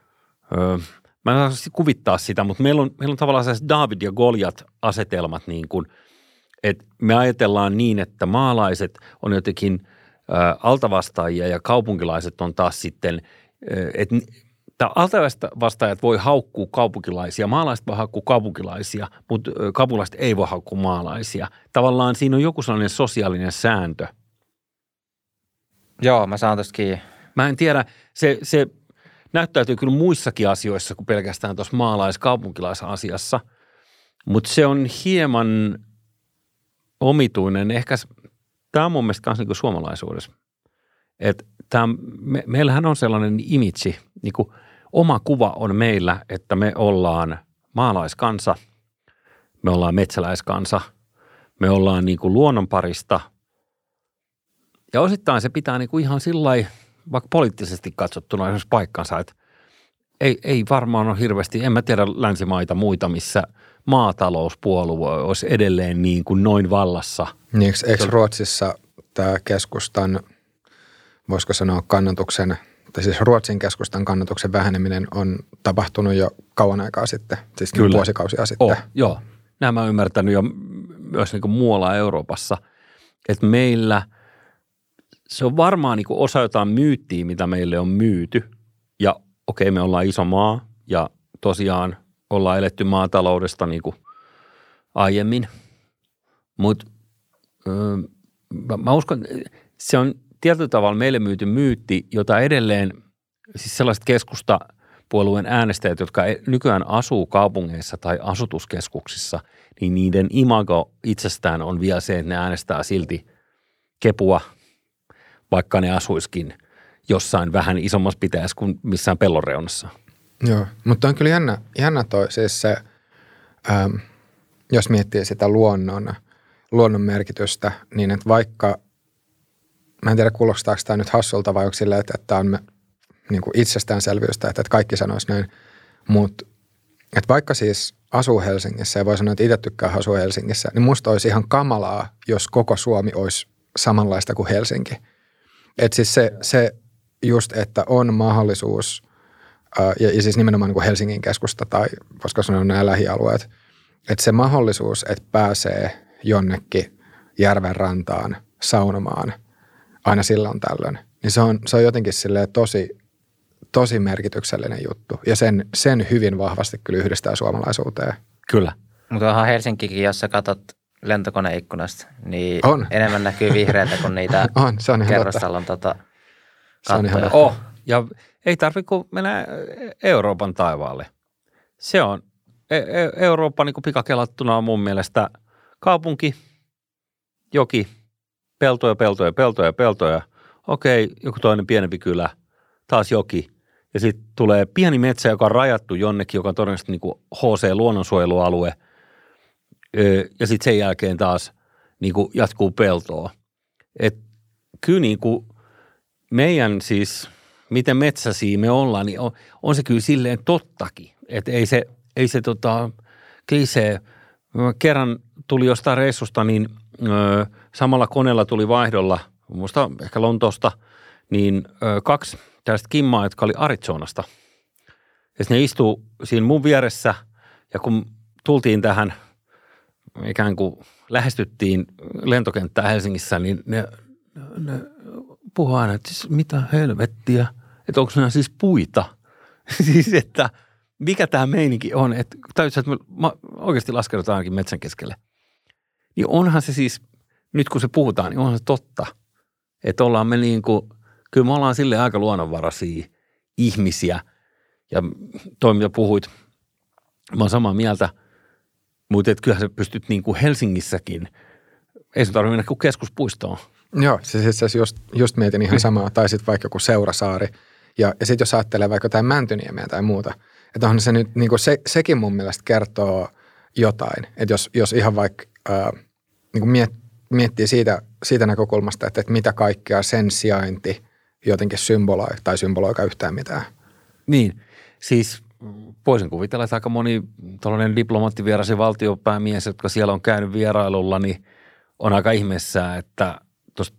ö, mä en saa kuvittaa sitä, mutta meillä on, meillä on tavallaan sellaiset David ja Goljat asetelmat niin kuin, että me ajatellaan niin, että maalaiset on jotenkin ö, altavastaajia ja kaupunkilaiset on taas sitten, ö, että altavastaajat voi haukkua kaupunkilaisia, maalaiset voi haukkua kaupunkilaisia, mutta kaupunkilaiset ei voi haukkua maalaisia. Tavallaan siinä on joku sellainen sosiaalinen sääntö.
Joo, mä saan tosta kiinni.
Mä en tiedä, se, se näyttäytyy kyllä muissakin asioissa kuin pelkästään tuossa maalais-kaupunkilaisasiassa, mutta se on hieman omituinen. Ehkä tämä on mun mielestä myös niin kuin suomalaisuudessa. Että me, meillähän on sellainen imitsi, niin kuin oma kuva on meillä, että me ollaan maalaiskansa, me ollaan metsäläiskansa, me ollaan niin kuin luonnonparista. Ja osittain se pitää niin kuin ihan sillai, vaikka poliittisesti katsottuna esimerkiksi paikkansa, että ei, ei varmaan ole hirveästi, en mä tiedä länsimaita muita, missä maatalouspuolue olisi edelleen niin kuin noin vallassa.
Niin, eikö Ruotsissa tämä keskustan, voisiko sanoa kannatuksen, tai siis Ruotsin keskustan kannatuksen väheneminen on tapahtunut jo kauan aikaa sitten, siis Kyllä. vuosikausia sitten.
Oh, joo, nämä mä oon ymmärtänyt jo myös niin kuin muualla Euroopassa, että meillä se on varmaan niin kuin osa jotain myyttiä, mitä meille on myyty. Ja okei, me ollaan iso maa ja tosiaan ollaan eletty maataloudesta niin kuin aiemmin. Mutta mä, mä uskon, se on tietyllä tavalla meille myyty myytti, jota edelleen, siis sellaiset keskustapuolueen äänestäjät, jotka nykyään asuu kaupungeissa tai asutuskeskuksissa, niin niiden imago itsestään on vielä se, että ne äänestää silti kepua, vaikka ne asuiskin jossain vähän isommassa pitäjässä kuin missään pellon reunassa.
Joo, mutta on kyllä jännä, jännä toi siis se, ähm, jos miettii sitä luonnon, luonnon merkitystä, niin että vaikka, mä en tiedä kuulostaako tämä nyt hassulta vai onko silleen, että tämä on me, niin kuin itsestäänselvyystä, että, että kaikki sanoisi näin, mutta että vaikka siis asuu Helsingissä ja voi sanoa, että itse tykkää asua Helsingissä, niin musta olisi ihan kamalaa, jos koko Suomi olisi samanlaista kuin Helsinki. Että siis se, se just, että on mahdollisuus, ää, ja, ja siis nimenomaan niin kuin Helsingin keskusta tai voisiko sanoa nämä lähialueet, että se mahdollisuus, että pääsee jonnekin järven rantaan saunomaan aina silloin tällöin, niin se on, se on jotenkin silleen tosi, tosi merkityksellinen juttu. Ja sen, sen hyvin vahvasti kyllä yhdistää suomalaisuuteen.
Kyllä.
Mutta onhan Helsinkikin, jos sä katsot lentokoneikkunasta, niin
on.
enemmän näkyy vihreätä kuin niitä
on, se on
kerrostalon tota,
kattoja.
Oh, ja ei tarvitse kuin mennä Euroopan taivaalle. Se on, Eurooppa niin kuin pikakelattuna on mun mielestä kaupunki, joki, peltoja, peltoja, peltoja, peltoja. Okei, joku toinen pienempi kylä, taas joki. ja sitten tulee pieni metsä, joka on rajattu jonnekin, joka on todennäköisesti niin kuin H C-luonnonsuojelualue, ja sitten sen jälkeen taas niin kuin jatkuu peltoa. Et kyllä niin kuin meidän siis, miten metsäisiä me ollaan, niin on, on se kyllä silleen tottakin, että ei se, ei se tota, klisee. Kerran tuli jostain reissusta, niin ö, samalla koneella tuli vaihdolla, muista ehkä Lontoosta, niin ö, kaksi tällaista kimmaa, jotka oli Arizonasta. Ja ne istuu siinä mun vieressä, ja kun tultiin tähän, ikään kuin lähestyttiin lentokenttää Helsingissä, niin ne, ne puhuu aina, että siis mitä helvettiä, että onko nämä siis puita? Siis, että mikä tämä meininki on, että täytyy, että me oikeasti laskeudutaankin metsän keskelle. Niin onhan se siis, nyt kun se puhutaan, niin onhan se totta, että ollaan me niin kuin, kyllä me ollaan silleen aika luonnonvaraisia ihmisiä. Ja toi, mitä puhuit, mä oon samaa mieltä, mutta et kyllähän sä pystyt niin kuin Helsingissäkin, ei se tarvitse mennä kuin keskuspuistoon.
Joo, siis itse asiassa just, just mietin ihan samaa, tai sitten vaikka joku Seurasaari. Ja, ja sitten jos ajattelee vaikka jotain Mäntyniemiä tai muuta, että onhan se nyt, niin kuin se, sekin mun mielestä kertoo jotain. Että jos, jos ihan vaikka ää, niin kuin miet, miettii siitä, siitä näkökulmasta, että, että mitä kaikkea sen sijainti jotenkin symboloi tai symboloika yhtään mitään.
Niin, siis voisin kuvitella, että aika moni tällainen diplomaattivieras ja valtiopäämies, jotka siellä on käynyt vierailulla, niin on aika ihmeessä, että tuossa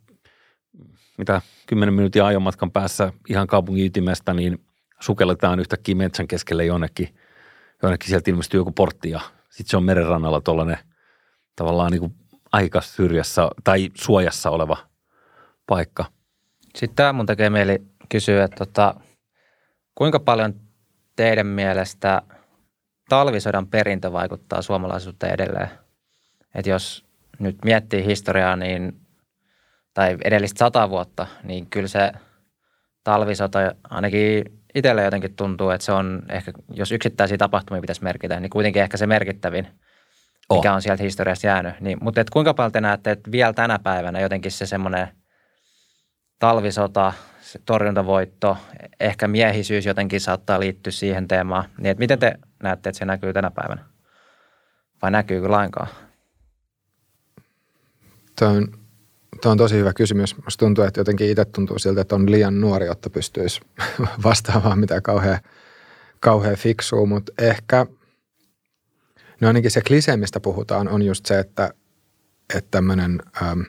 mitä kymmenen minuutin ajomatkan päässä ihan kaupungin ytimestä, niin sukelletaan yhtäkkiä metsän keskelle jonnekin, jonnekin sieltä ilmestyy joku portti ja sitten se on merenrannalla tuollainen tavallaan niin kuin aika syrjässä tai suojassa oleva paikka.
Sitten tämä mun tekee mieli kysyä, että tota, kuinka paljon teidän mielestä talvisodan perintö vaikuttaa suomalaisuuteen edelleen? Että jos nyt miettii historiaa, niin, tai edellistä sata vuotta, niin kyllä se talvisota ainakin itselle jotenkin tuntuu, että se on ehkä, jos yksittäisiä tapahtumia pitäisi merkitä, niin kuitenkin ehkä se merkittävin, mikä oh. on sieltä historiasta jäänyt. Niin, mutta et kuinka paljon te näette, että vielä tänä päivänä jotenkin se semmoinen talvisota, se torjuntavoitto, ehkä miehisyys jotenkin saattaa liittyä siihen teemaan. Niin, että miten te näette, että se näkyy tänä päivänä? Vai näkyykö lainkaan?
Tuo on, tuo on tosi hyvä kysymys. Musta tuntuu, että jotenkin itse tuntuu siltä, että on liian nuori, jotta pystyisi vastaamaan mitään kauhean, kauhean fiksua, mutta ehkä no ainakin se klisee, mistä puhutaan, on just se, että, että tämmöinen, ähm,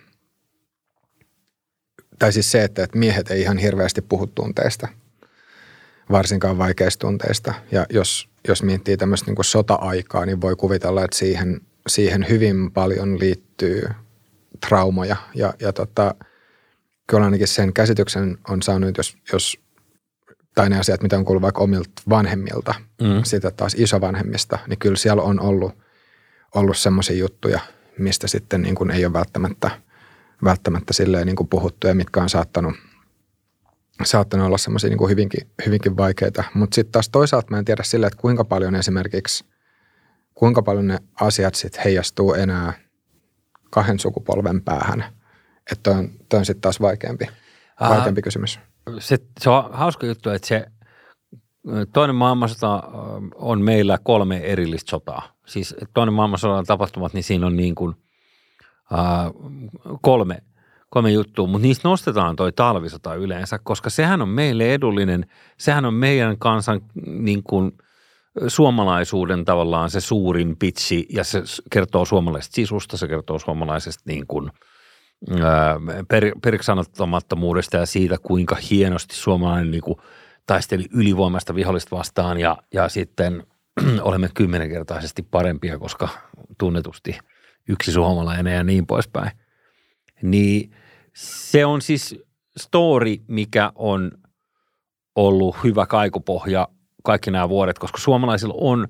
tai siis se, että, että miehet ei ihan hirveästi puhu tunteista, varsinkaan vaikeista tunteista. Ja jos, jos miettii tämmöistä niin kuin sota-aikaa, niin voi kuvitella, että siihen, siihen hyvin paljon liittyy traumoja. Ja, ja tota, kyllä ainakin sen käsityksen on saanut, jos, jos tai ne asiat, mitä on kuullut vaikka omilta vanhemmilta, mm. sitä taas isovanhemmista, niin kyllä siellä on ollut, ollut semmoisia juttuja, mistä sitten niin kuin ei ole välttämättä, välttämättä silleen niin kuin puhuttu ja mitkä on saattanut, saattanut olla semmoisia niin kuin hyvinkin, hyvinkin vaikeita. Mutta sitten taas toisaalta mä en tiedä silleen, että kuinka paljon esimerkiksi, kuinka paljon ne asiat sitten heijastuu enää kahden sukupolven päähän. Että on, on sitten taas vaikeampi, vaikeampi kysymys.
Se, se on hauska juttu, että se toinen maailmansota on meillä kolme erillistä sotaa. Siis toinen maailmansodan tapahtumat, niin siinä on niin kuin äh, kolme, kolme juttua, mutta niistä nostetaan toi talvisota yleensä, koska sehän on meille edullinen, sehän on meidän kansan niin kuin suomalaisuuden tavallaan se suurin pitchi ja se kertoo suomalaisesta sisusta, se kertoo suomalaisesta niin kuin per, periksanottomattomuudesta ja siitä, kuinka hienosti suomalainen niin kuin taisteli ylivoimaista vihollista vastaan ja, ja sitten olemme kymmenenkertaisesti parempia, koska tunnetusti yksi suomalainen ja niin poispäin. Niin se on siis story, mikä on ollut hyvä kaikupohja kaikki nämä vuodet, koska suomalaisilla on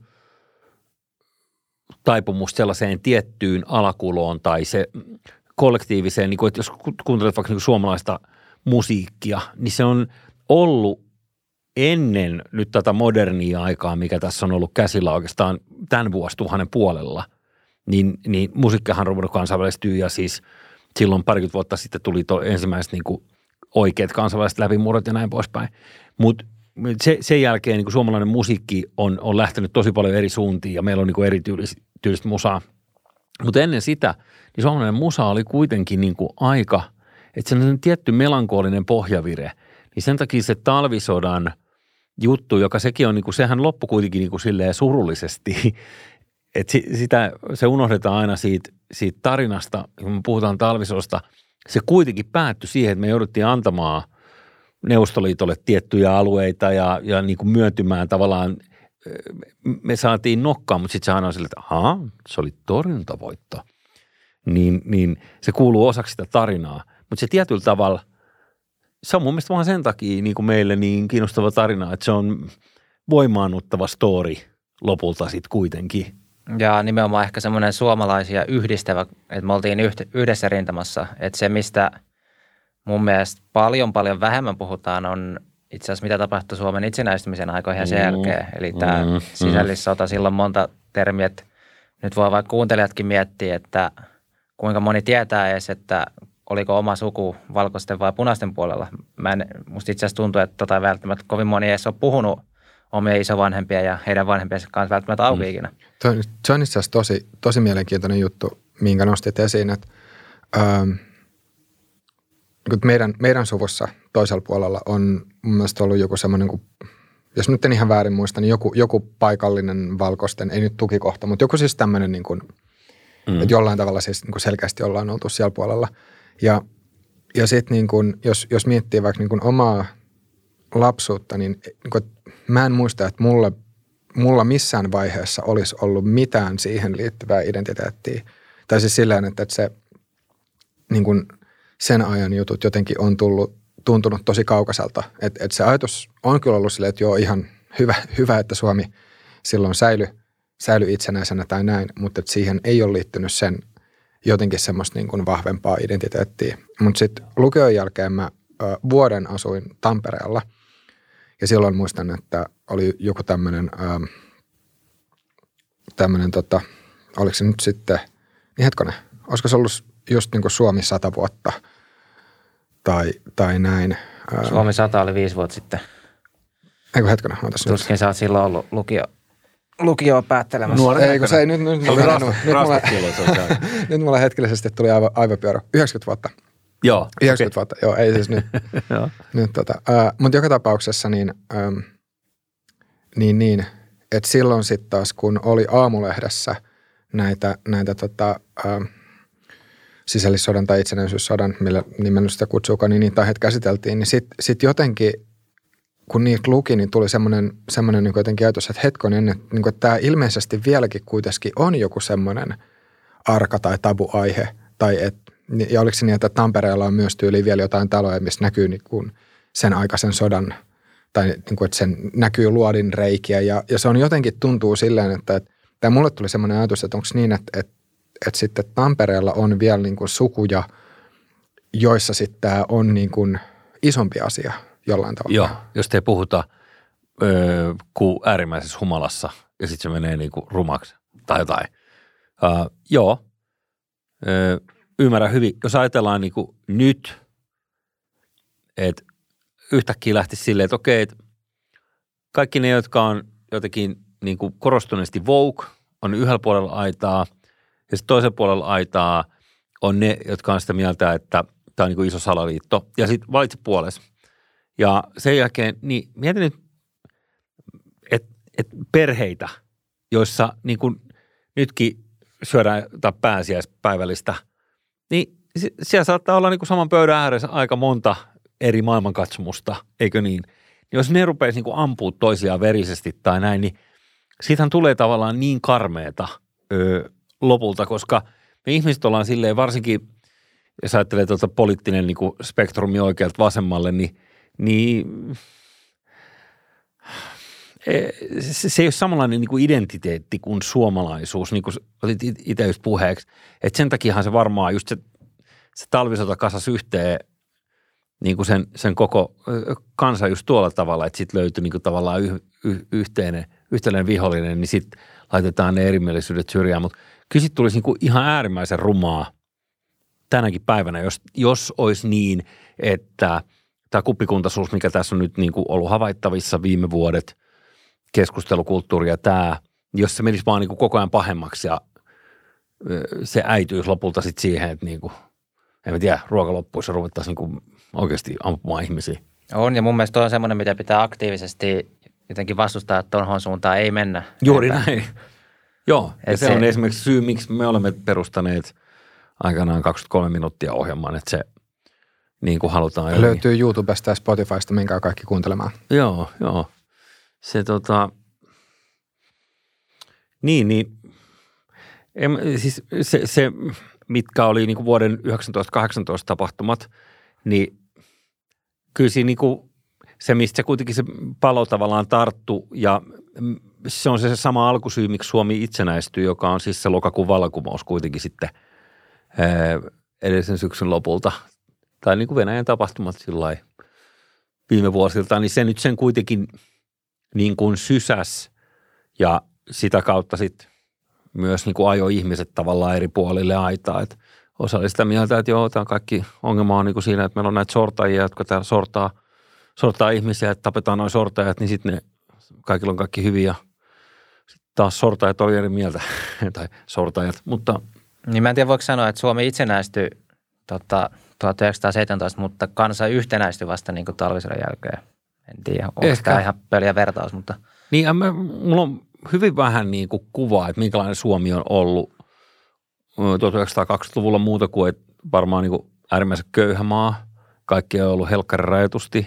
taipumus sellaiseen tiettyyn alakuloon tai se kollektiiviseen, niin kuin, että jos kuuntelet vaikka niin suomalaista musiikkia, niin se on ollut ennen nyt tätä modernia aikaa, mikä tässä on ollut käsillä oikeastaan tämän vuosituhannen puolella, niin, niin musiikkihan on ruvennut kansainvälistyä ja siis silloin parikymmentä vuotta sitten tuli to, ensimmäiset niin kuin oikeat kansainväliset läpimurrot ja näin poispäin. Mutta se, sen jälkeen niin kuin suomalainen musiikki on, on lähtenyt tosi paljon eri suuntiin ja meillä on niin kuin erityylistä musaa. Mutta ennen sitä, niin suomalainen musa oli kuitenkin niin kuin aika, että se on tietty melankolinen pohjavire. Niin sen takia se talvisodan juttu, joka sekin on, niin kuin, sehän loppui kuitenkin niin kuin silleen surullisesti, että sitä, se unohdetaan aina siitä, siitä tarinasta, kun me puhutaan talvisodasta, se kuitenkin päättyi siihen, että me jouduttiin antamaan Neuvostoliitolle tiettyjä alueita ja, ja niin kuin myöntymään tavallaan, me saatiin nokkaan, mutta sitten se aina on silleen, että ahaa, se oli torjuntavoitto. Niin, niin se kuuluu osaksi sitä tarinaa. Mutta se tietyllä tavalla, se on mun mielestä vaan sen takia niin kuin meille niin kiinnostava tarina, että se on voimaannuttava story lopulta sitten kuitenkin.
Ja nimenomaan ehkä semmoinen suomalaisia yhdistävä, että me oltiin yhdessä rintamassa. Että se, mistä mun mielestä paljon paljon vähemmän puhutaan, on itse asiassa mitä tapahtui Suomen itsenäistymisen aikoihin ja sen jälkeen. Eli tämä mm, sisällissota, silloin monta termiä, että nyt voi vaikka kuuntelijatkin miettiä, että kuinka moni tietää edes, että oliko oma suku valkoisten vai punaisten puolella. Mä en, musta itse asiassa tuntuu, että tota välttämättä kovin moni ei edes ole puhunut omia isovanhempia ja heidän vanhempiensa kanssa välttämättä auki mm. ikinä.
Se on itse asiassa tosi, tosi mielenkiintoinen juttu, minkä nostit esiin, että ähm, meidän, meidän suvussa toisella puolella on mun mielestä ollut joku semmoinen, kuin, jos nyt en ihan väärin muista, niin joku, joku paikallinen valkoisten, ei nyt tukikohta, mutta joku siis tämmöinen, niin kuin, mm. että jollain tavalla siis niin kuin selkeästi ollaan oltu siellä puolella. Ja, ja sitten niin kuin, jos, jos miettii vaikka niin kuin omaa lapsuutta, niin, niin kuin, mä en muista, että mulle, mulla missään vaiheessa olisi ollut mitään siihen liittyvää identiteettiä. Tai siis silleen, että, että se niin kuin sen ajan jutut jotenkin on tullut, tuntunut tosi kaukaiselta. Että, että se ajatus on kyllä ollut silleen, että joo, ihan hyvä, hyvä että Suomi silloin säilyi, säilyi itsenäisenä tai näin, mutta että siihen ei ole liittynyt sen jotenkin semmoista niin kuin vahvempaa identiteettiä. Mutta sitten lukion jälkeen mä ö, vuoden asuin Tampereella ja silloin muistan, että oli joku tämmöinen, ö, tämmöinen tota, oliko se nyt sitten, niin hetkonen, olisiko se ollut just niin kuin Suomi sata vuotta tai, tai näin.
Suomi sata oli viisi vuotta sitten.
Eikö hetkonen, ootas nyt.
Tuskin sä oot silloin ollut lukio. Lukioon päättelemässä.
Nuori, ei, kun se ei, nyt, nyt, nyt, rastat, nyt, mulla, nyt mulla hetkellisesti tuli aivo, aivopyörä. yhdeksänkymmentä vuotta.
Joo.
yhdeksänkymmentä okay. vuotta, joo, ei siis nyt. nyt tota, äh, mutta joka tapauksessa niin, ähm, niin, niin että silloin sitten taas, kun oli Aamulehdessä näitä, näitä tota, ähm, sisällissodan tai itsenäisyyssodan, millä nimellä sitä kutsuukaan, niin niitä aiheet käsiteltiin, niin sitten sit jotenkin kun niitä luki, niin tuli semmoinen, semmoinen niin jotenkin ajatus, että hetkonen, että, niin kuin, että tämä ilmeisesti vieläkin kuitenkin on joku semmoinen arka tai tabuaihe. Tai et, ja oliko se niin, että Tampereella on myös tyyliin vielä jotain taloja, missä näkyy niin kuin sen aikaisen sodan, tai niin kuin, että sen näkyy luodin reikiä. Ja, ja se on jotenkin tuntuu silleen, että, että tai mulle tuli semmoinen ajatus, että onko niin, että, että, että sitten Tampereella on vielä niin kuin sukuja, joissa sitten tämä on niin kuin isompi asia. Jollain tavalla.
Joo, jos te puhuta öö, kuin äärimmäisessä humalassa ja sitten se menee niinku rumaksi tai jotain. Uh, joo, öö, ymmärrän hyvin. Jos ajatellaan niinku nyt, että yhtäkkiä lähtisi silleen, että okei, että kaikki ne, jotka on jotenkin niinku korostuneesti woke, on yhdellä puolella aitaa ja sitten toisella puolella aitaa on ne, jotka on sitä mieltä, että tämä on niinku iso salaliitto ja sitten valitse puolesi. Ja sen jälkeen, niin mietin nyt, että et perheitä, joissa niin kuin nytkin syödään tai pääsiäispäivällistä, niin siellä saattaa olla niin kuin saman pöydän ääressä aika monta eri maailmankatsomusta, eikö niin? Jos ne rupeaisi niin kuin ampua toisiaan verisesti tai näin, niin siitähän tulee tavallaan niin karmeeta öö, lopulta, koska me ihmiset ollaan silleen, varsinkin jos ajattelee tuota poliittinen niin kuin spektrumi oikealta vasemmalle, niin niin se ei ole samanlainen niin kuin identiteetti kuin suomalaisuus, niin kuin otit itse just puheeksi. Että sen takiahan se varmaan just se, se talvisota kasasi yhteen niin kuin sen, sen koko kansa just tuolla tavalla, että sitten löytyi niin kuin tavallaan yh, yh, yhteinen, yhteinen vihollinen, niin sitten laitetaan ne erimielisyydet syrjään. Mutta kyllä sitten tulisi niin kuin ihan äärimmäisen rumaa tänäkin päivänä, jos, jos olisi niin, että tämä kuppikuntaisuus, mikä tässä on nyt niin kuin ollut havaittavissa viime vuodet, keskustelukulttuuri ja tämä, jos se menisi vaan niin kuin koko ajan pahemmaksi ja se äityisi lopulta sitten siihen, että niin kuin, en mä tiedä, ruoka loppuisi ja ruvettaisiin niin kuin oikeasti ampumaan ihmisiä.
On, ja mun mielestä toi on semmoinen, mitä pitää aktiivisesti jotenkin vastustaa, että tuohon suuntaan ei mennä.
Juuri näin. Joo, ja se, se on esimerkiksi syy, miksi me olemme perustaneet aikanaan kaksikymmentäkolme minuuttia ohjelmaan, että se niin kuin halutaan.
Löytyy jotenkin. YouTubesta ja Spotifysta, minkä kaikki kuuntelemaan.
Joo, joo. Se tota, niin, niin, en, siis se, se, mitkä oli niin kuin vuoden yhdeksäntoista kahdeksantoista tapahtumat, niin kyllä siinä niin kuin se, mistä se kuitenkin se palo tavallaan tarttu ja se on se sama alkusyy, miksi Suomi itsenäistyy, joka on siis se lokakuun vallankumous kuitenkin sitten edellisen syksyn lopulta. Tai niin kuin Venäjän tapahtumat sillä viime vuosilta, niin se nyt sen kuitenkin niin kuin sysäs ja sitä kautta sitten myös niin kuin ajoi ihmiset tavallaan eri puolille aitaa. Että osa oli sitä mieltä, että joo, tämä kaikki ongelma on niin kuin siinä, että meillä on näitä sortajia, jotka täällä sortaa, sortaa ihmisiä, että tapetaan noin sortajat, niin sitten ne kaikilla on kaikki hyviä. Sitten taas sortajat oli eri mieltä, tai sortajat, mutta...
Niin mä en tiedä, voiko sanoa, että Suomi itsenäistyi tota, tuhatyhdeksänsataaseitsemäntoista, mutta kansa yhtenäistyi vasta niin kuin talvisodan jälkeen. En tiedä, onko Ehkä. tämä ihan peliä vertaus, mutta...
Niin, mä, mulla on hyvin vähän niin kuin kuvaa, että minkälainen Suomi on ollut tuhatyhdeksänsataakaksikymmentäluvulla muuta kuin, että varmaan niin kuin äärimmäisen köyhä maa. Kaikki on ollut helkkarirajoitusti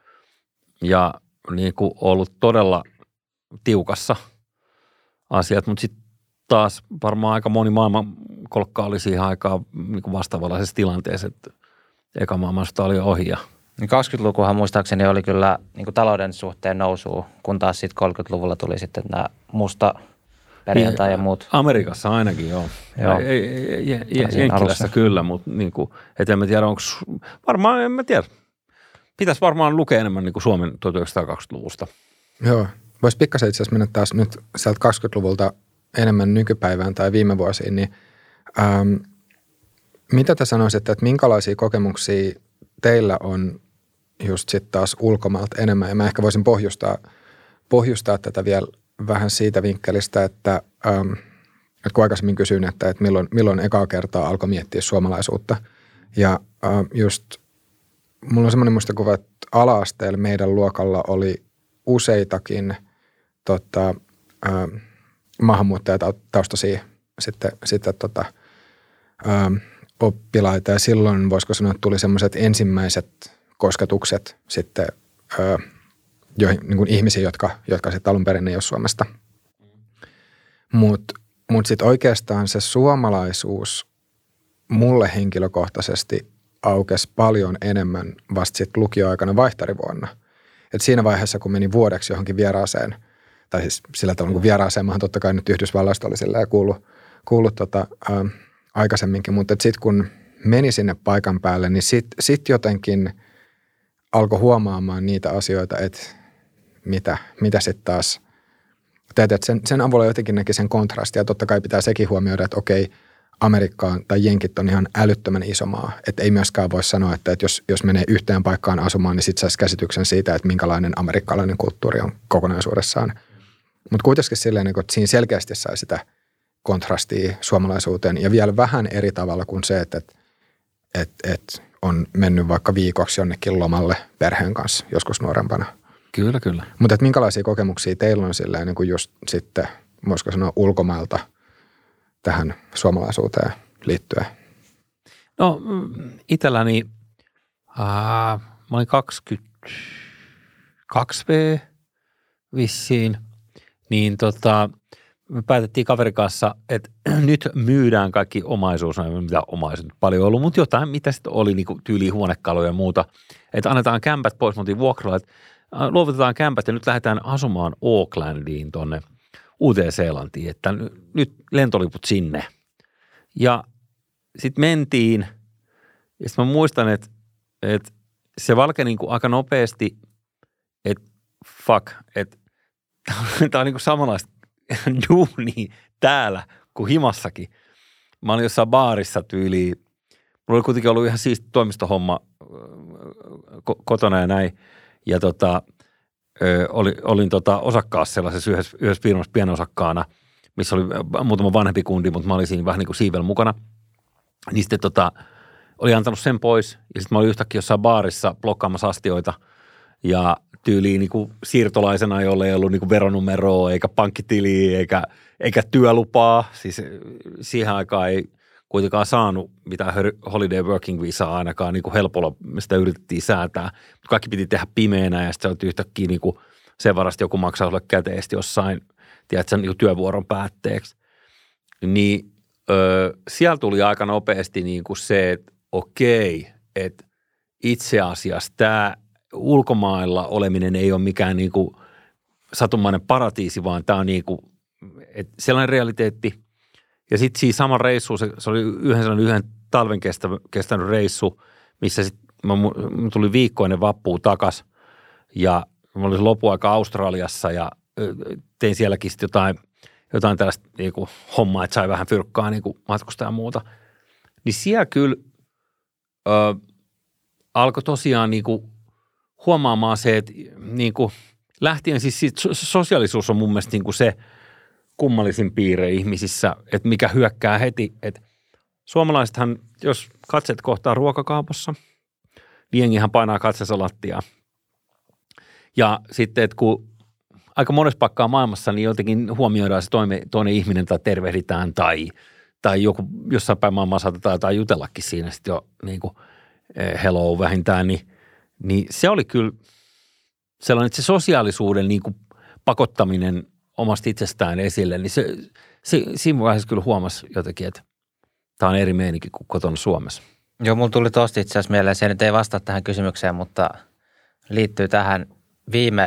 ja niin kuin ollut todella tiukassa asiat, mutta sitten taas varmaan aika moni maailmankolkka oli siihen aikaan niin kuin vastaavanlaisessa tilanteessa, että eka maailmansota oli ohi. Ja...
kaksikymmentälukuhan muistaakseni oli kyllä niin kuin talouden suhteen nousua, kun taas sitten kolmekymmentäluvulla tuli sitten nämä musta perjantai ja muut.
Amerikassa ainakin, joo. joo. Ei, ei, ei, Jenkkilässä kyllä, mutta niin kuin, et en mä tiedä, onko, varmaan en mä tiedä. Pitäisi varmaan lukea enemmän niin kuin Suomen tuhatyhdeksänsataakaksikymmentäluvusta.
Joo, voisi pikkasen itse asiassa mennä taas nyt sieltä kaksikymmentäluvulta enemmän nykypäivään tai viime vuosiin, niin ähm, mitä te sanoisitte, että minkälaisia kokemuksia teillä on just sitten taas ulkomailta enemmän? Ja mä ehkä voisin pohjustaa, pohjustaa tätä vielä vähän siitä vinkkelistä, että, ähm, että kun aikaisemmin kysyin, että, että milloin, milloin ekaa kertaa alkoi miettiä suomalaisuutta. Ja äh, just mulla on semmoinen muistikuva, että ala-asteella meidän luokalla oli useitakin tota, äh, maahanmuuttajataustaisia sitten, sitten tota, ä, oppilaita. Ja silloin voisiko sanoa, että tuli semmoiset ensimmäiset kosketukset sitten ä, joihin, niin kuin ihmisiä, jotka, jotka sitten alun perin ei ole Suomesta. Mutta mut sitten oikeastaan se suomalaisuus mulle henkilökohtaisesti aukesi paljon enemmän vasta sitten lukioaikana vaihtarivuonna. Et siinä vaiheessa, kun meni vuodeksi johonkin vieraaseen, tai siis sillä tavalla, kun vieraaseen maahan totta kai nyt Yhdysvalloista oli silleen kuullut, kuullut tota, ä, aikaisemminkin, mutta sitten kun meni sinne paikan päälle, niin sitten sit jotenkin alkoi huomaamaan niitä asioita, että mitä, mitä sitten taas, teet, että sen, sen avulla jotenkin näki sen kontrastia, ja totta kai pitää sekin huomioida, että okei, Amerikkaan tai Jenkit on ihan älyttömän iso maa, että ei myöskään voi sanoa, että, että jos, jos menee yhteen paikkaan asumaan, niin sitten saisi käsityksen siitä, että minkälainen amerikkalainen kulttuuri on kokonaisuudessaan. Mutta kuitenkin silleen, että siinä selkeästi sai sitä kontrastia suomalaisuuteen ja vielä vähän eri tavalla kuin se, että, että, että, että on mennyt vaikka viikoksi jonnekin lomalle perheen kanssa joskus nuorempana.
Kyllä, kyllä.
Mutta että minkälaisia kokemuksia teillä on silleen niin kuin just sitten, voisiko sanoa ulkomailta tähän suomalaisuuteen liittyen?
No itselläni, äh, mä olin kaksikymmentäkaksi vuotias vissiin, niin tota, me päätettiin kaverin kanssa, että nyt myydään kaikki omaisuus, no mitä omaisuus paljon ollut, mutta jotain, mitä sitten oli niin kuin tyyliin huonekaluja ja muuta, että annetaan kämpät pois, me oltiin vuokralla, että luovutetaan kämpät ja nyt lähdetään asumaan Aucklandiin tuonne Uuteen-Seelantiin, että nyt lentoliput sinne. Ja sitten mentiin, ja sitten mä muistan, että, että se valkeni niin kuin aika nopeasti, että fuck, että tämä on niin kuin samanlaista duunia täällä kuin himassakin. Mä olin jossain baarissa tyyliin mulla oli kuitenkin ollut ihan siisti toimistohomma kotona ja näin. Ja tota, oli, olin tota osakkaassa sellaisessa yhdessä, yhdessä firmassa pienosakkaana, missä oli muutama vanhempi kundi, mutta mä olin siinä vähän niin kuin siivellä mukana. Niin sitten tota, oli antanut sen pois ja sitten mä olin yhtäkkiä jossain baarissa blokkaamassa astioita ja tyyliin niin kuin siirtolaisena, jolla ei ollut niin kuin veronumeroa eikä pankkitiliä eikä, eikä työlupaa. Siis siihen aikaan ei kuitenkaan saanut mitään holiday working visaa ainakaan niin kuin helpolla, me sitä yritettiin säätää. Kaikki piti tehdä pimeänä ja sitten se oli yhtäkkiä niin kuin sen varasti joku maksaa sulle käteesti jossain, tiedätkö, niin kuin työvuoron päätteeksi. Niin öö, siellä tuli aika nopeasti niin kuin se, että okei, että itse asiassa tämä ulkomailla oleminen ei ole mikään niin kuin satunnainen paratiisi, vaan tämä on niin kuin, että sellainen realiteetti. Ja sitten siinä saman reissu, se, se oli yhden sellainen yhden talven kestä, kestänyt reissu, missä sitten mä, mä tuli viikko ennen vappua takas ja mä olin lopuaika Australiassa ja tein sielläkin sitten jotain, jotain tällaista niin kuin hommaa, että sai vähän fyrkkaa niin kuin matkustaa ja muuta. Niin siellä kyllä ö, alkoi tosiaan niin kuin huomaamaan se, että niin kuin lähtien siis siitä sosiaalisuus on mun mielestä niin kuin se kummallisin piirre ihmisissä, että mikä hyökkää heti, että suomalaisethan, jos katset kohtaa ruokakaupassa, niin jengihän painaa katsensa lattiaan. Ja sitten, että kun aika monessa pakkaa maailmassa, niin jotenkin huomioidaan se toinen, toinen ihminen tai tervehditään tai, tai joku jossain päin maailmaa saatetaan jotain jutellakin siinä sitten jo niin kuin hello vähintään, niin, niin se oli kyllä sellainen, että se sosiaalisuuden niin kuin pakottaminen omasta itsestään esille, niin se, se siinä vaiheessa kyllä huomasi jotenkin, että tämä on eri meininki kuin kotona Suomessa.
Joo, mulla tuli tosta itse asiassa mieleen, se nyt ei vastaa tähän kysymykseen, mutta liittyy tähän viime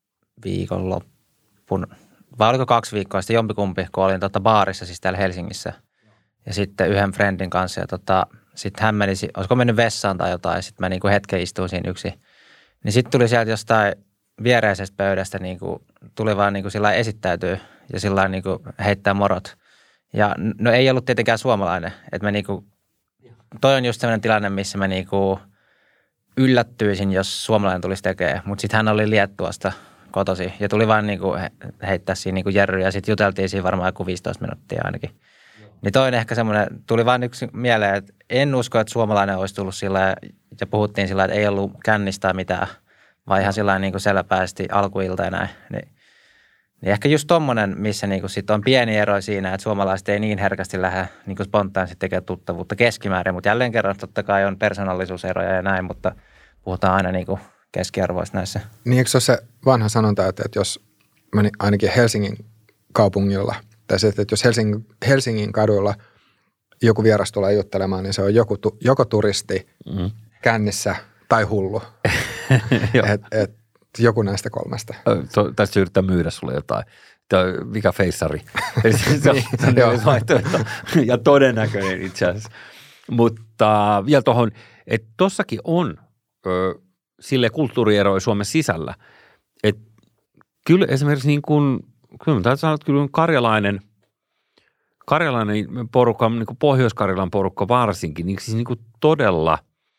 viikonloppun, vai oliko kaksi viikkoa sitten jompikumpi, kun olin tota baarissa siis täällä Helsingissä ja sitten yhden friendin kanssa ja tota, sitten hän meni, olisiko mennyt vessaan tai jotain ja sitten mä niinku hetken istuin siinä yksin. Niin sitten tuli sieltä jostain viereisestä pöydästä niinku, tuli vaan niinku sillä esittäytyy ja sillä niinku heittää morot. Ja no ei ollut tietenkään suomalainen, että mä niinku, toi on just sellainen tilanne, missä mä niinku yllättyisin, jos suomalainen tulisi tekemään, mutta sitten hän oli Liettuasta kotosi ja tuli vaan niinku heittää siinä niinku jerryä ja sitten juteltiin siinä varmaan joku viisitoista minuuttia ainakin. Joo. Niin toi on ehkä semmoinen, tuli vaan yksi mieleen, että en usko, että suomalainen olisi tullut sillä ja puhuttiin sillä, että ei ollut kännistä tai mitään, vaan ihan sillä niin kuin selväpäisesti alkuilta ja näin. Niin, niin ehkä just tommonen, missä niin kuin sit on pieni ero siinä, että suomalaiset ei niin herkästi lähde niin kuin spontaanisesti tekemään tuttavuutta keskimäärin, mutta jälleen kerran totta kai on persoonallisuuseroja ja näin, mutta puhutaan aina niin kuin keskiarvoista näissä. Niin
eikö se ole se vanha sanonta, että jos meni ainakin Helsingin kaupungilla, tai se, että jos Helsingin, Helsingin kaduilla joku vieras tulee juttelemaan, niin se on joku, joko turisti mm. kännissä tai hullu. et, et, joku näistä kolmesta.
Tästä yrittää myydä sulle jotain. Tämä on mikä feissari. Se on vaihtoehto ja todennäköinen itse asiassa. Mutta vielä tuohon, että tossakin on ö, sille kulttuurieroja Suomen sisällä. Että kyllä esimerkiksi niin kuin, kyllä täytyy sanoa, että kyllä karjalainen, karjalainen porukka, niin kuin Pohjois-Karjalan porukka varsinkin, niin siis niin kuin todella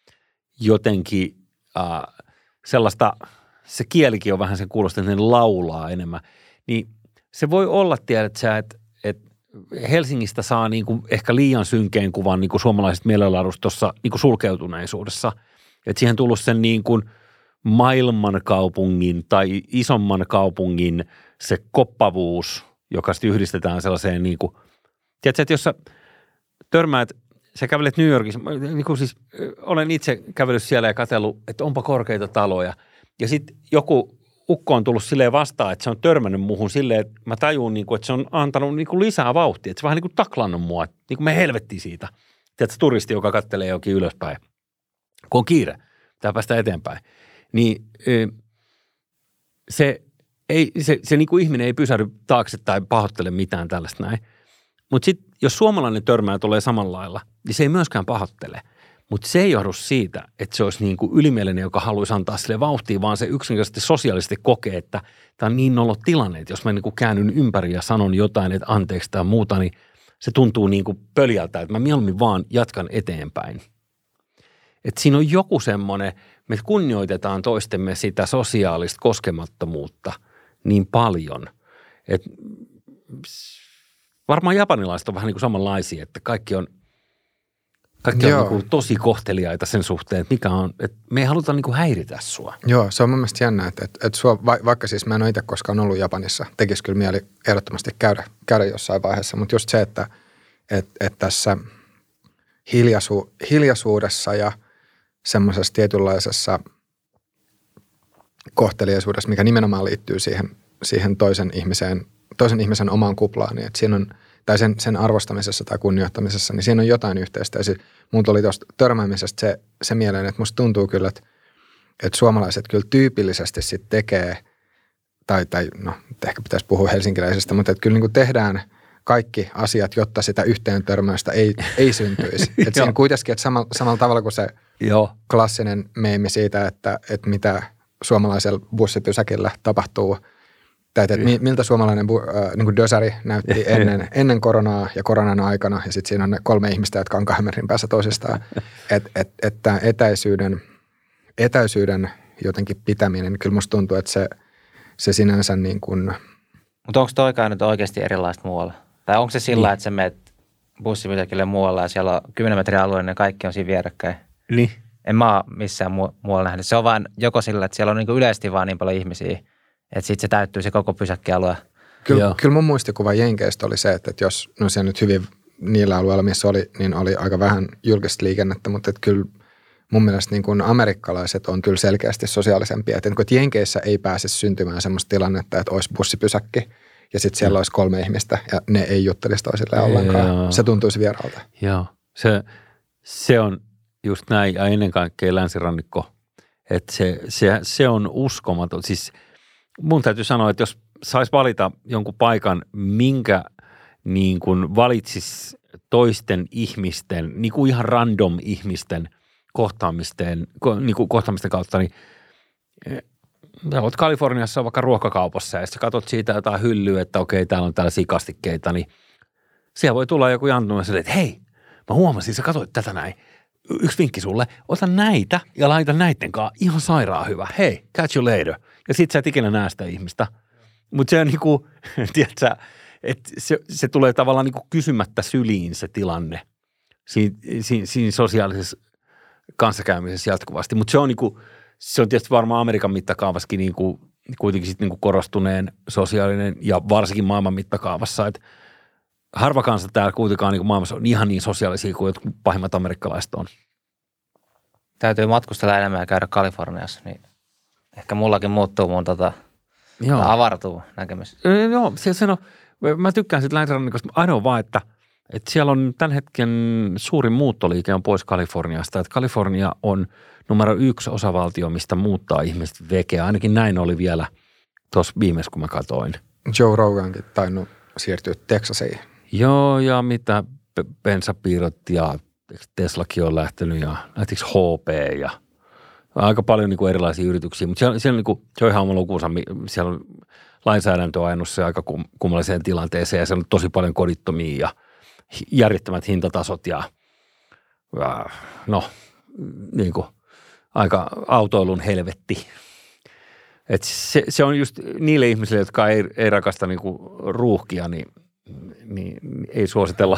jotenkin äh, sellaista, se kielikin on vähän sen kuulosta, että ne laulaa enemmän. Niin se voi olla, tiedätkö, että, että Helsingistä saa niin kuin ehkä liian synkeän kuvan niin kuin suomalaisesta mielenlaadusta tuossa niin kuin sulkeutuneisuudessa. Että siihen tullut sen niin kuin maailmankaupungin tai isomman kaupungin se koppavuus, joka sitten yhdistetään sellaiseen niin kuin, tiedätkö, että jos sä törmäät, sä kävelet New Yorkissa, niin kuin siis olen itse kävellyt siellä ja katsellut, että onpa korkeita taloja. Ja sitten joku ukko on tullut silleen vastaan, että se on törmännyt muuhun silleen, että mä tajun, niin kuin, että se on antanut niin kuin lisää vauhtia. Että se vähän niin kuin taklannut mua, niin kuin me helvettiin siitä. Tiedätkö, turisti, joka kattelee jokin ylöspäin, kun on kiire, pitää päästä eteenpäin. Niin se, ei, se, se niin kuin ihminen ei pysähdy taakse tai pahoittele mitään tällaista näin. Mutta sitten jos suomalainen törmää tulee samalla lailla, niin se ei myöskään pahoittele. Mutta se ei johdu siitä, että se olisi niin kuin ylimielinen, joka haluaisi antaa sille vauhtia, vaan se yksinkertaisesti sosiaalisesti kokee, että tämä on niin nolo tilanne, että jos mä niin kuin käännyn ympäri ja sanon jotain, että anteeksi tai muuta, niin se tuntuu niin kuin pöljältä, että mä mieluummin vaan jatkan eteenpäin. Että siinä on joku semmoinen, me kunnioitetaan toistemme sitä sosiaalista koskemattomuutta niin paljon, että varmaan japanilaiset on vähän niin kuin samanlaisia, että kaikki on, kaikki on niin kuin tosi kohteliaita sen suhteen, että mikä on, että me ei haluta niin kuin häiritä sua.
Joo, se on mun mielestä jännä, että, että, että sua, vaikka siis mä en ole itse koskaan ollut Japanissa, tekisi kyllä mieli ehdottomasti käydä, käydä jossain vaiheessa, mutta just se, että, että, että tässä hiljaisu, hiljaisuudessa ja semmoisessa tietynlaisessa kohteliaisuudessa, mikä nimenomaan liittyy siihen, siihen toisen, ihmiseen, toisen ihmisen omaan kuplaan, niin että siinä on, tai sen, sen arvostamisessa tai kunnioittamisessa, niin siinä on jotain yhteistä. Ja sit, mun tuli tuosta törmäämisestä se, se mieleen, että musta tuntuu kyllä, että, että suomalaiset kyllä tyypillisesti sitten tekee, tai, tai no ehkä pitäisi puhua helsinkiläisestä, mutta että kyllä niin kuin tehdään kaikki asiat, jotta sitä yhteen törmäystä ei, ei syntyisi. Että siinä kuitenkin, että samalla, samalla tavalla kuin se Joo. klassinen meemi siitä, että, että mitä suomalaisella bussipysäkillä tapahtuu, tai että miltä suomalainen äh, niin kuin dösäri näytti ennen, ennen koronaa ja koronan aikana, ja sitten siinä on ne kolme ihmistä, jotka on kahden metrin päässä toisistaan. Että et, et etäisyyden, etäisyyden jotenkin pitäminen, kyllä musta tuntuu, että se, se sinänsä niin kuin...
Mutta onko toikaan nyt oikeasti erilaista muualla? Tai onko se sillä, niin. että sä menet bussipysäkille muualla ja siellä on kymmenen metrin alue, niin kaikki on siinä vierekkäin?
Niin.
En mä ole missään mu- muualla nähnyt. Se on vaan joko sillä, että siellä on niinku yleisesti vaan niin paljon ihmisiä, että sitten se täyttyy se koko pysäkkialue.
Kyllä, kyllä mun muistikuva Jenkeistä oli se, että jos, no siellä nyt hyvin niillä alueilla, missä oli, niin oli aika vähän julkista liikennettä, mutta että kyllä mun mielestä niin kuin amerikkalaiset on kyllä selkeästi sosiaalisempia. Että, että Jenkeissä ei pääse syntymään semmoista tilannetta, että olisi bussipysäkki ja sitten siellä mm. olisi kolme ihmistä ja ne ei juttelisi toisilleen ollenkaan. Joo. Se tuntuisi vieraalta.
Joo, se, se on just näin ja ennen kaikkea länsirannikko, että se, se, se on uskomaton. Siis mun täytyy sanoa, että jos saisi valita jonkun paikan, minkä niin kuin valitsisi toisten ihmisten, niin kuin ihan random ihmisten kohtaamisten, niin kuin kohtaamisten kautta, niin sä olet Kaliforniassa vaikka ruokakaupassa ja sitten katsot siitä jotain hyllyä, että okei, täällä on tällaisia kastikkeita, niin siellä voi tulla joku jantumaan silleen, että hei, mä huomasin, sä katsoit tätä näin. Yksi vinkki sulle, ota näitä ja laita näitten kanssa, ihan sairaan hyvä. Hei, catch you later. Ja sit sä et ikinä näe sitä ihmistä. Mutta se on niinku, tiedätkö, että se, se tulee tavallaan niinku kysymättä syliin se tilanne siinä, siinä, siinä sosiaalisessa kanssakäymisessä jatkuvasti. Mutta se on niinku, se on tietysti varmaan Amerikan mittakaavassakin niinku, kuitenkin sit niinku korostuneen sosiaalinen ja varsinkin maailman mittakaavassa, että harva kansa täällä kuitenkaan niin maailmassa on ihan niin sosiaalisia kuin jotkut pahimmat amerikkalaiset on.
Täytyy matkustella enemmän ja käydä Kaliforniassa, niin ehkä mullakin muuttuu mun tota, avartuu näkemys.
E, joo, se, se no, mä tykkään siitä länsirannikosta. Ainoa vaan, että, että siellä on tämän hetken suurin muuttoliike on pois Kaliforniasta. Että Kalifornia on numero yksi osavaltio, mistä muuttaa ihmiset vekeä. Ainakin näin oli vielä tuossa viimeis, kun mä katsoin.
Joe Rogankin tainnut siirtyä Teksasiin.
Joo, ja mitä bensapiirrot ja Teslakin on lähtenyt ja lähtikö H P ja aika paljon niin kuin erilaisia yrityksiä. Mutta siellä, siellä niin kuin, se on ihan oma lukuunsa, siellä on lainsäädäntö on ajanut se aika kummalliseen tilanteeseen ja siellä on tosi paljon kodittomia ja järjettömät hintatasot ja, ja no niin kuin aika autoilun helvetti. Et se, se on just niille ihmisille, jotka ei, ei rakasta niin kuin ruuhkia, niin niin ei suositella.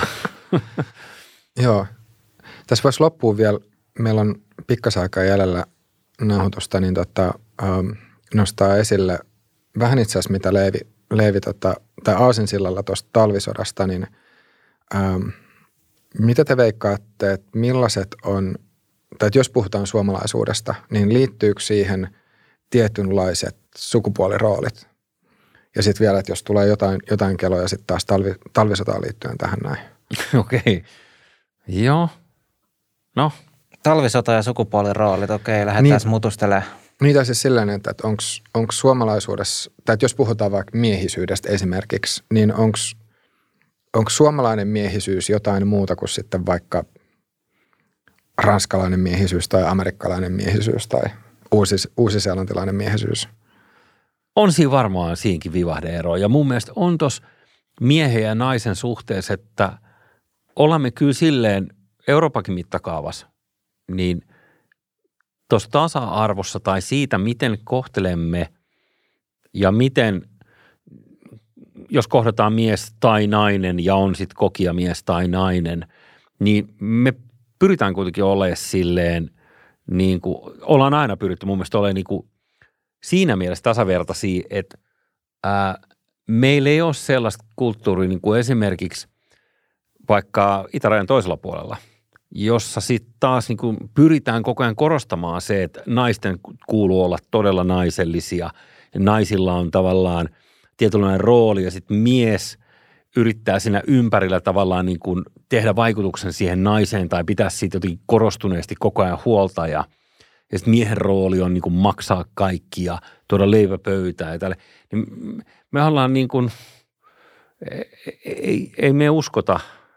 Joo. Tässä voisi loppuun vielä, meillä on pikkasen aikaa jäljellä nauhoitusta, niin tota, ähm, nostaa esille vähän itse asiassa, mitä Leevi, Leevi tota, tai Aasinsillalla tuosta talvisodasta, niin ähm, mitä te veikkaatte, että millaiset on, tai että jos puhutaan suomalaisuudesta, niin liittyykö siihen tietynlaiset sukupuoliroolit? Ja sitten vielä, että jos tulee jotain, jotain keloja sitten taas talvi, talvisotaan liittyen tähän näin.
Okei. Okay. Joo. No.
Talvisota ja sukupuoliroolit, okei, lähdetään niin, mutustelemaan.
Niitä siis silleen, että onko suomalaisuudessa, tai että jos puhutaan vaikka miehisyydestä esimerkiksi, niin onko suomalainen miehisyys jotain muuta kuin sitten vaikka ranskalainen miehisyys tai amerikkalainen miehisyys tai uusi, uusiseelantilainen miehisyys?
On siinä varmaan siinkin vivahde-ero. Ja mun mielestä on tuossa miehen ja naisen suhteessa, että olemme kyllä silleen Euroopankin mittakaavassa, niin tuossa tasa-arvossa tai siitä, miten kohtelemme ja miten, jos kohdataan mies tai nainen ja on sitten kokija mies tai nainen, niin me pyritään kuitenkin olemaan silleen, niin kuin ollaan aina pyritty mun mielestä olemaan niin kuin siinä mielessä tasavertaisia, että ää, meillä ei ole sellaista kulttuuria niin kuin esimerkiksi vaikka itärajan toisella puolella, jossa sitten taas niin kuin pyritään koko ajan korostamaan se, että naisten kuuluu olla todella naisellisia ja naisilla on tavallaan tietynlainen rooli ja sitten mies yrittää siinä ympärillä tavallaan niin kuin tehdä vaikutuksen siihen naiseen tai pitää siitä jotenkin korostuneesti koko ajan huolta ja, ja sitten miehen rooli on niin kuin maksaa kaikki ja tuoda leiväpöytään ja tälle. Niin me ollaan niin kuin, ei, ei me uskota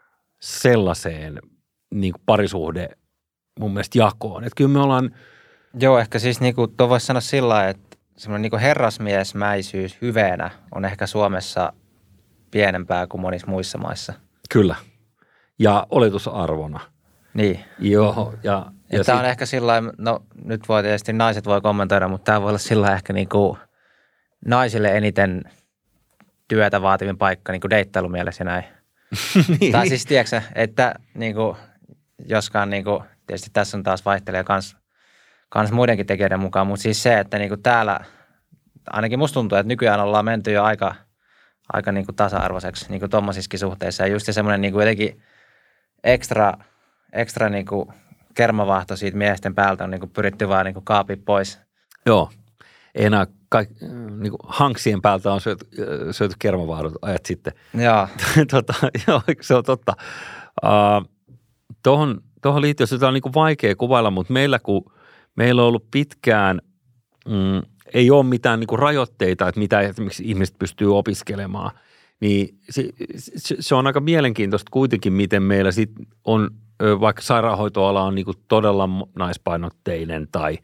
sellaiseen niin kuin parisuhde mun mielestä jakoon. Että kyllä me ollaan...
Joo, ehkä siis niin kuin tuo voisi sanoa sillä lailla, että semmoinen niin kuin herrasmiesmäisyys hyveenä on ehkä Suomessa pienempää kuin monissa muissa maissa.
Kyllä. Ja oletusarvona.
Niin.
Joo. Ja, ja
tämä
sit...
on ehkä sillä lailla, no nyt voi tietysti naiset voi kommentoida, mutta tämä voi olla sillä lailla ehkä niin kuin naisille eniten työtä vaativin paikka niin kuin deittailumielessä ja näin. niin. Tai siis tiedätkö, että niin kuin, joskaan niin kuin, tietysti tässä on taas vaihtelee kans, kans muidenkin tekijöiden mukaan, mutta siis se, että niin kuin täällä ainakin musta tuntuu, että nykyään ollaan menty jo aika, aika niin kuin tasa-arvoiseksi niin kuin tommosissakin suhteissa ja just semmoinen niin kuin jotenkin ekstra, ekstra niin kuin kermavahto siitä miesten päältä on niin kuin pyritty vaan niin kuin kaapia pois.
Joo, ei enää kaik, niin kuin hanksien päältä on syöty, syöty kermavahdot ajat sitten.
Joo.
tota, joo, se on totta. Uh, Tuohon tohon liittyen sitä on niin kuin vaikea kuvailla, mutta meillä kun meillä on ollut pitkään, mm, ei ole mitään niin kuin rajoitteita, että mitä esimerkiksi ihmiset pystyy opiskelemaan, niin se, se on aika mielenkiintoista kuitenkin, miten meillä sit on, vaikka sairaanhoitoala on niin kuin todella naispainotteinen tai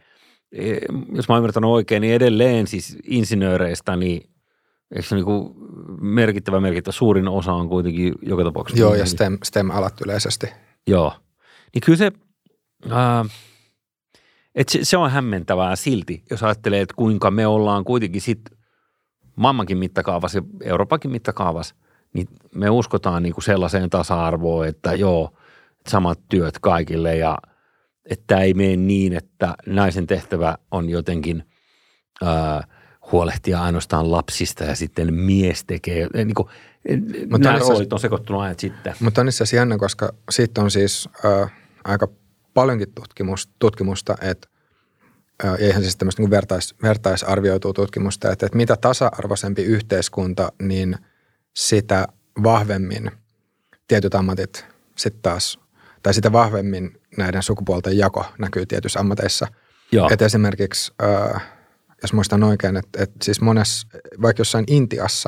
jos mä oon ymmärtänyt oikein, niin edelleen siis insinööreistä, niin eikö se niin kuin merkittävä, merkittävä, suurin osa on kuitenkin joka tapauksessa.
Joo, ja STEM, STEM-alat yleisesti.
Joo. Niin kyllä se, ää, että se, se on hämmentävää silti, jos ajattelee, että kuinka me ollaan kuitenkin sitten maailmankin mittakaavassa ja Euroopankin mittakaavassa, niin me uskotaan niin kuin sellaiseen tasa-arvoon, että joo, samat työt kaikille ja että ei mene niin, että naisen tehtävä on jotenkin ää, huolehtia ainoastaan lapsista ja sitten mies tekee, niin kuin, nämä roolit on sekoittunut ajat sitten.
Mutta on itse asiassa jännä, koska siitä on siis ää, aika paljonkin tutkimusta, tutkimusta että ää, eihän siis tämmöistä niin vertais, vertaisarvioitua tutkimusta, että, että mitä tasa-arvoisempi yhteiskunta, niin sitä vahvemmin tietyt ammatit sitten taas, tai sitä vahvemmin näiden sukupuolten jako näkyy tietyissä ammateissa. Että esimerkiksi, äh, jos muistan oikein, että, että siis monessa, vaikka jossain Intiassa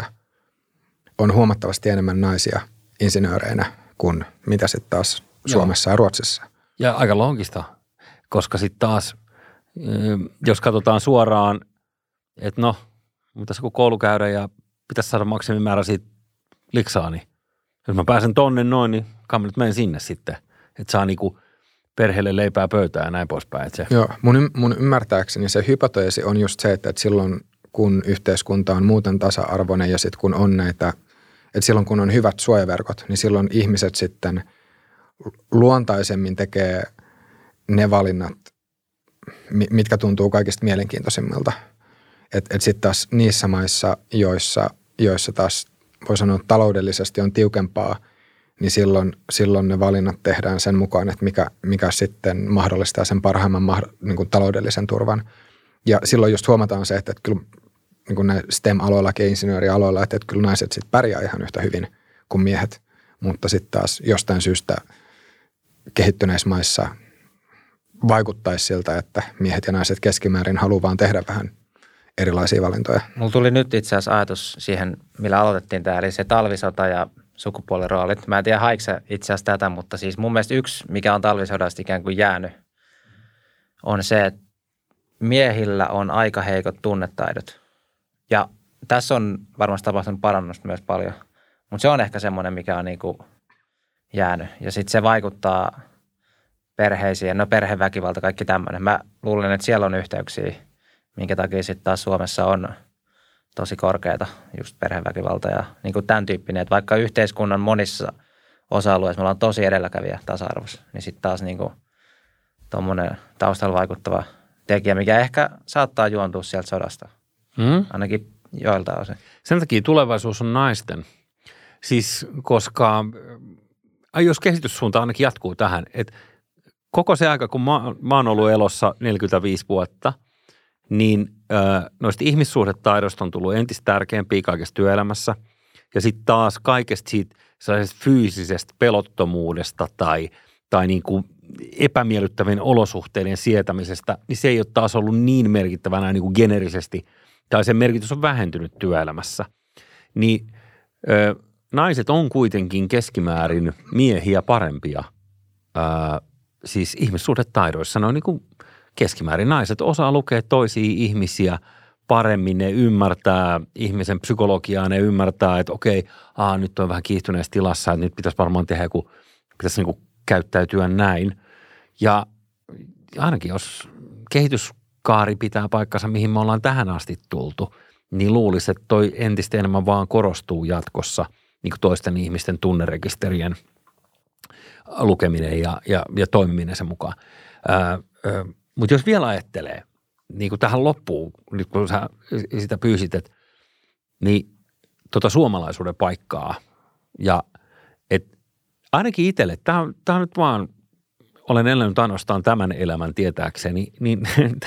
on huomattavasti enemmän naisia insinööreinä kuin mitä sitten taas Suomessa Joo. ja Ruotsissa.
Ja aika loogista, koska sitten taas, jos katsotaan suoraan, että no, mitäs kun koulu käydä ja pitäisi saada maksimimäärä siitä liksaa, niin jos mä pääsen tonne noin, niin kai nyt menen sinne sitten, että saa niinku perheelle leipää pöytään ja näin poispäin. Se.
Joo, mun, mun ymmärtääkseni se hypoteesi on just se, että, että silloin kun yhteiskunta on muuten tasa-arvoinen ja sitten kun on näitä, että silloin kun on hyvät suojaverkot, niin silloin ihmiset sitten luontaisemmin tekee ne valinnat, mitkä tuntuu kaikista mielenkiintoisimmilta. Että et sitten taas niissä maissa, joissa, joissa taas voi sanoa taloudellisesti on tiukempaa, niin silloin, silloin ne valinnat tehdään sen mukaan, että mikä, mikä sitten mahdollistaa sen parhaimman niin kuin taloudellisen turvan. Ja silloin just huomataan se, että, että kyllä niin kuin näillä STEM-aloilla ja insinöörialoilla, että, että kyllä naiset sitten pärjää ihan yhtä hyvin kuin miehet, mutta sitten taas jostain syystä kehittyneissä maissa vaikuttaisi siltä, että miehet ja naiset keskimäärin haluaa vaan tehdä vähän erilaisia valintoja.
Mulla tuli nyt itse asiassa ajatus siihen, millä aloitettiin tämä, eli se talvisota ja sukupuoliroolit. Mä en tiedä, haiko se itse asiassa tätä, mutta siis mun mielestä yksi, mikä on talvisodasta ikään kuin jäänyt, on se, että miehillä on aika heikot tunnetaidot. Ja tässä on varmasti tapahtunut parannusta myös paljon, mutta se on ehkä semmoinen, mikä on niin kuin jäänyt. Ja sitten se vaikuttaa perheisiin. No perheväkivalta, kaikki tämmöinen. Mä luulen, että siellä on yhteyksiä, minkä takia sitten taas Suomessa on tosi korkeata just perheväkivalta ja niin kuin tämän tyyppinen. Että vaikka yhteiskunnan monissa osa-alueissa me ollaan tosi edelläkävijä tasa-arvossa, niin sitten taas niin kuin tuommoinen taustalla vaikuttava tekijä, mikä ehkä saattaa juontua sieltä sodasta. Mm. Ainakin joilta osin.
Sen takia tulevaisuus on naisten. Siis koska, jos kehityssuunta ainakin jatkuu tähän, että koko se aika, kun mä, mä oon ollut elossa neljäkymmentäviisi vuotta, niin ö, noista ihmissuhdetaidoista on tullut entistä tärkeämpiä kaikessa työelämässä. Ja sitten taas kaikesta siitä sellaisesta fyysisestä pelottomuudesta tai, tai niin kuin epämiellyttävien olosuhteiden sietämisestä, niin se ei ole taas ollut niin merkittävänä niin kuin generisesti, tai sen merkitys on vähentynyt työelämässä. Niin ö, naiset on kuitenkin keskimäärin miehiä parempia, ö, siis ihmissuhdetaidoissa. Ne on niin kuin keskimäärin naiset osaa lukea toisia ihmisiä paremmin, ne ymmärtää ihmisen psykologiaa, ne ymmärtää, että okei, aa, nyt on vähän kiihtyneessä tilassa, että nyt pitäisi varmaan tehdä joku, pitäisi niin kuin käyttäytyä näin. Ja ainakin jos kehityskaari pitää paikkansa, mihin me ollaan tähän asti tultu, niin luulisi, että toi entistä enemmän vaan korostuu jatkossa niin kuin toisten ihmisten tunnerekisterien lukeminen ja, ja, ja toimiminen sen mukaan. Ää, ää, mutta jos vielä ajattelee, niin kuin tähän loppuun, nyt kun sä sitä pyysit, että niin tota suomalaisuuden paikkaa ja että ainakin itselle, tämä on, tämä on nyt vaan, olen elänyt ainoastaan tämän elämän tietääkseni, niin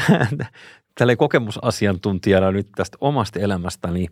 tällä kokemusasiantuntijana nyt tästä omasta elämästäni, niin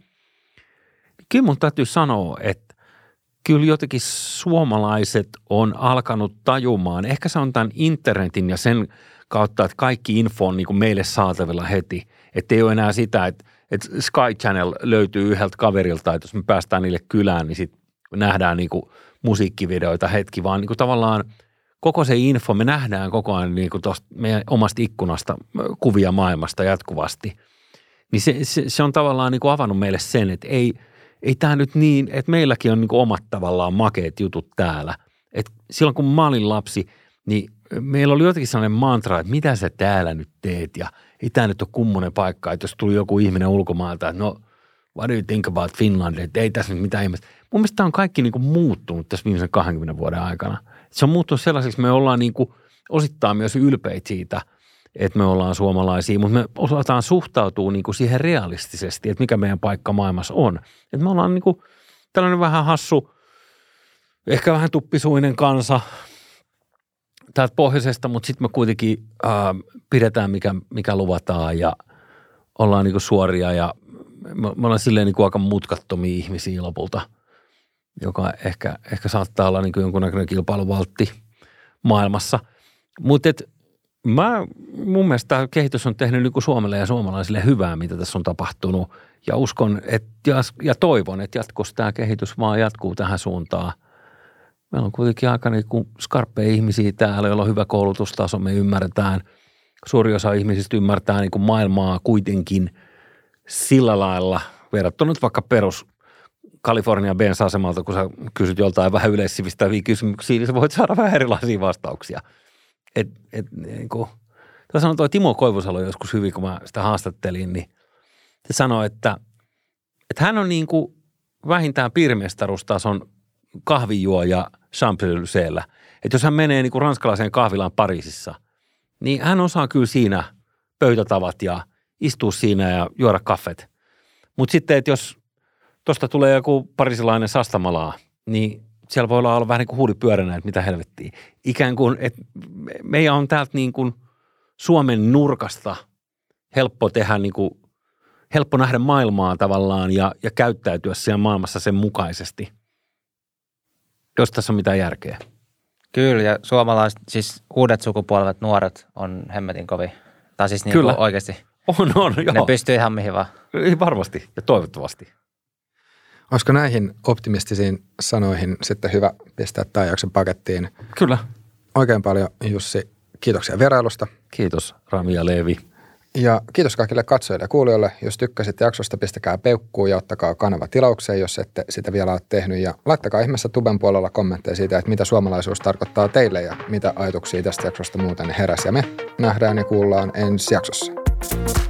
kyllä mun täytyy sanoa, että kyllä jotenkin suomalaiset on alkanut tajumaan, ehkä se on tämän internetin ja sen kautta, että kaikki info on niin kuin meille saatavilla heti. Että ei ole enää sitä, että, että Sky Channel löytyy yhdeltä kaverilta, että jos me päästään niille kylään, niin sitten nähdään niin kuin musiikkivideoita hetki, vaan niin kuin tavallaan koko se info, me nähdään koko ajan niin kuin tuosta meidän omasta ikkunasta kuvia maailmasta jatkuvasti. Niin se, se, se on tavallaan niin kuin avannut meille sen, että ei, ei tämä nyt niin, että meilläkin on niin kuin omat tavallaan makeat jutut täällä. Että silloin kun mä olin lapsi, niin meillä oli jotenkin sellainen mantra, että mitä sä täällä nyt teet ja ei tämä nyt ole kummonen paikka, että jos tuli joku ihminen ulkomailta, että no what do you think about Finland, että ei tässä nyt mitään ihmistä. Mun mielestä tämä on kaikki niin kuin muuttunut tässä viimeisen kahdenkymmenen vuoden aikana. Se on muuttunut sellaiseksi, me ollaan niin kuin osittain myös ylpeitä siitä, että me ollaan suomalaisia, mutta me osataan suhtautua niin kuin siihen realistisesti, että mikä meidän paikka maailmassa on. Että me ollaan niin kuin tällainen vähän hassu, ehkä vähän tuppisuinen kansa täältä pohjoisesta, mutta sitten me kuitenkin äh, pidetään, mikä, mikä luvataan ja ollaan niin kuin suoria ja me, me ollaan silleen niin kuin aika mutkattomia ihmisiä lopulta, joka ehkä, ehkä saattaa olla niin kuin jonkunnäköinen kilpailuvaltti maailmassa. Mutta mä, mun mielestä tämä kehitys on tehnyt niin kuin Suomelle ja suomalaisille hyvää, mitä tässä on tapahtunut. Ja uskon et, ja, ja toivon, että jatkossa tämä kehitys vaan jatkuu tähän suuntaan. Meillä on kuitenkin aika niin kuin skarppeja ihmisiä täällä, joilla on hyvä koulutustaso, me ymmärretään. Suuri osa ihmisistä ymmärtää niin kuin maailmaa kuitenkin sillä lailla, verrattuna nyt vaikka perus Kalifornian bensa-asemalta, kun sä kysyt joltain vähän yleissivistäviä kysymyksiä, niin sä voit saada vähän erilaisia vastauksia. Et, et, niin kuin, sanoi toi Timo Koivusalo joskus hyvin, kun mä sitä haastattelin, niin se sanoi, että, että hän on niin kuin vähintään piirimestaruustason kahvijuoja Champs-Élysées'llä. Että jos hän menee niin kuin ranskalaiseen kahvilaan Pariisissa, niin hän osaa kyllä siinä pöytätavat ja istua siinä ja juoda kaffet. Mutta sitten, että jos tuosta tulee joku parisilainen sastamalaa, niin siellä voi olla vähän niin kuin huuli pyöränä, että mitä helvettiä. Ikään kuin, että meidän on täältä niin kuin Suomen nurkasta helppo tehdä niin kuin, helppo nähdä maailmaa tavallaan ja, ja käyttäytyä siellä maailmassa sen mukaisesti, jos tässä on mitään järkeä.
Kyllä, ja suomalaiset, siis uudet sukupolvet, nuoret on hemmetin kovin. Tai siis niin kuin oikeasti.
On, on, joo.
Ne pystyy ihan mihin vaan.
Varmasti ja toivottavasti.
Olisiko näihin optimistisiin sanoihin sitten hyvä pistää tämän jakson pakettiin?
Kyllä.
Oikein paljon, Jussi. Kiitoksia vierailusta.
Kiitos, Rami ja Leevi.
Ja kiitos kaikille katsojille ja kuulijoille. Jos tykkäsit jaksosta, pistäkää peukkuu ja ottakaa kanava tilaukseen, jos ette sitä vielä ole tehnyt. Ja laittakaa ihmeessä tuben puolella kommentteja siitä, että mitä suomalaisuus tarkoittaa teille ja mitä ajatuksia tästä jaksosta muuten heräsi. Ja me nähdään ja kuullaan ensi jaksossa.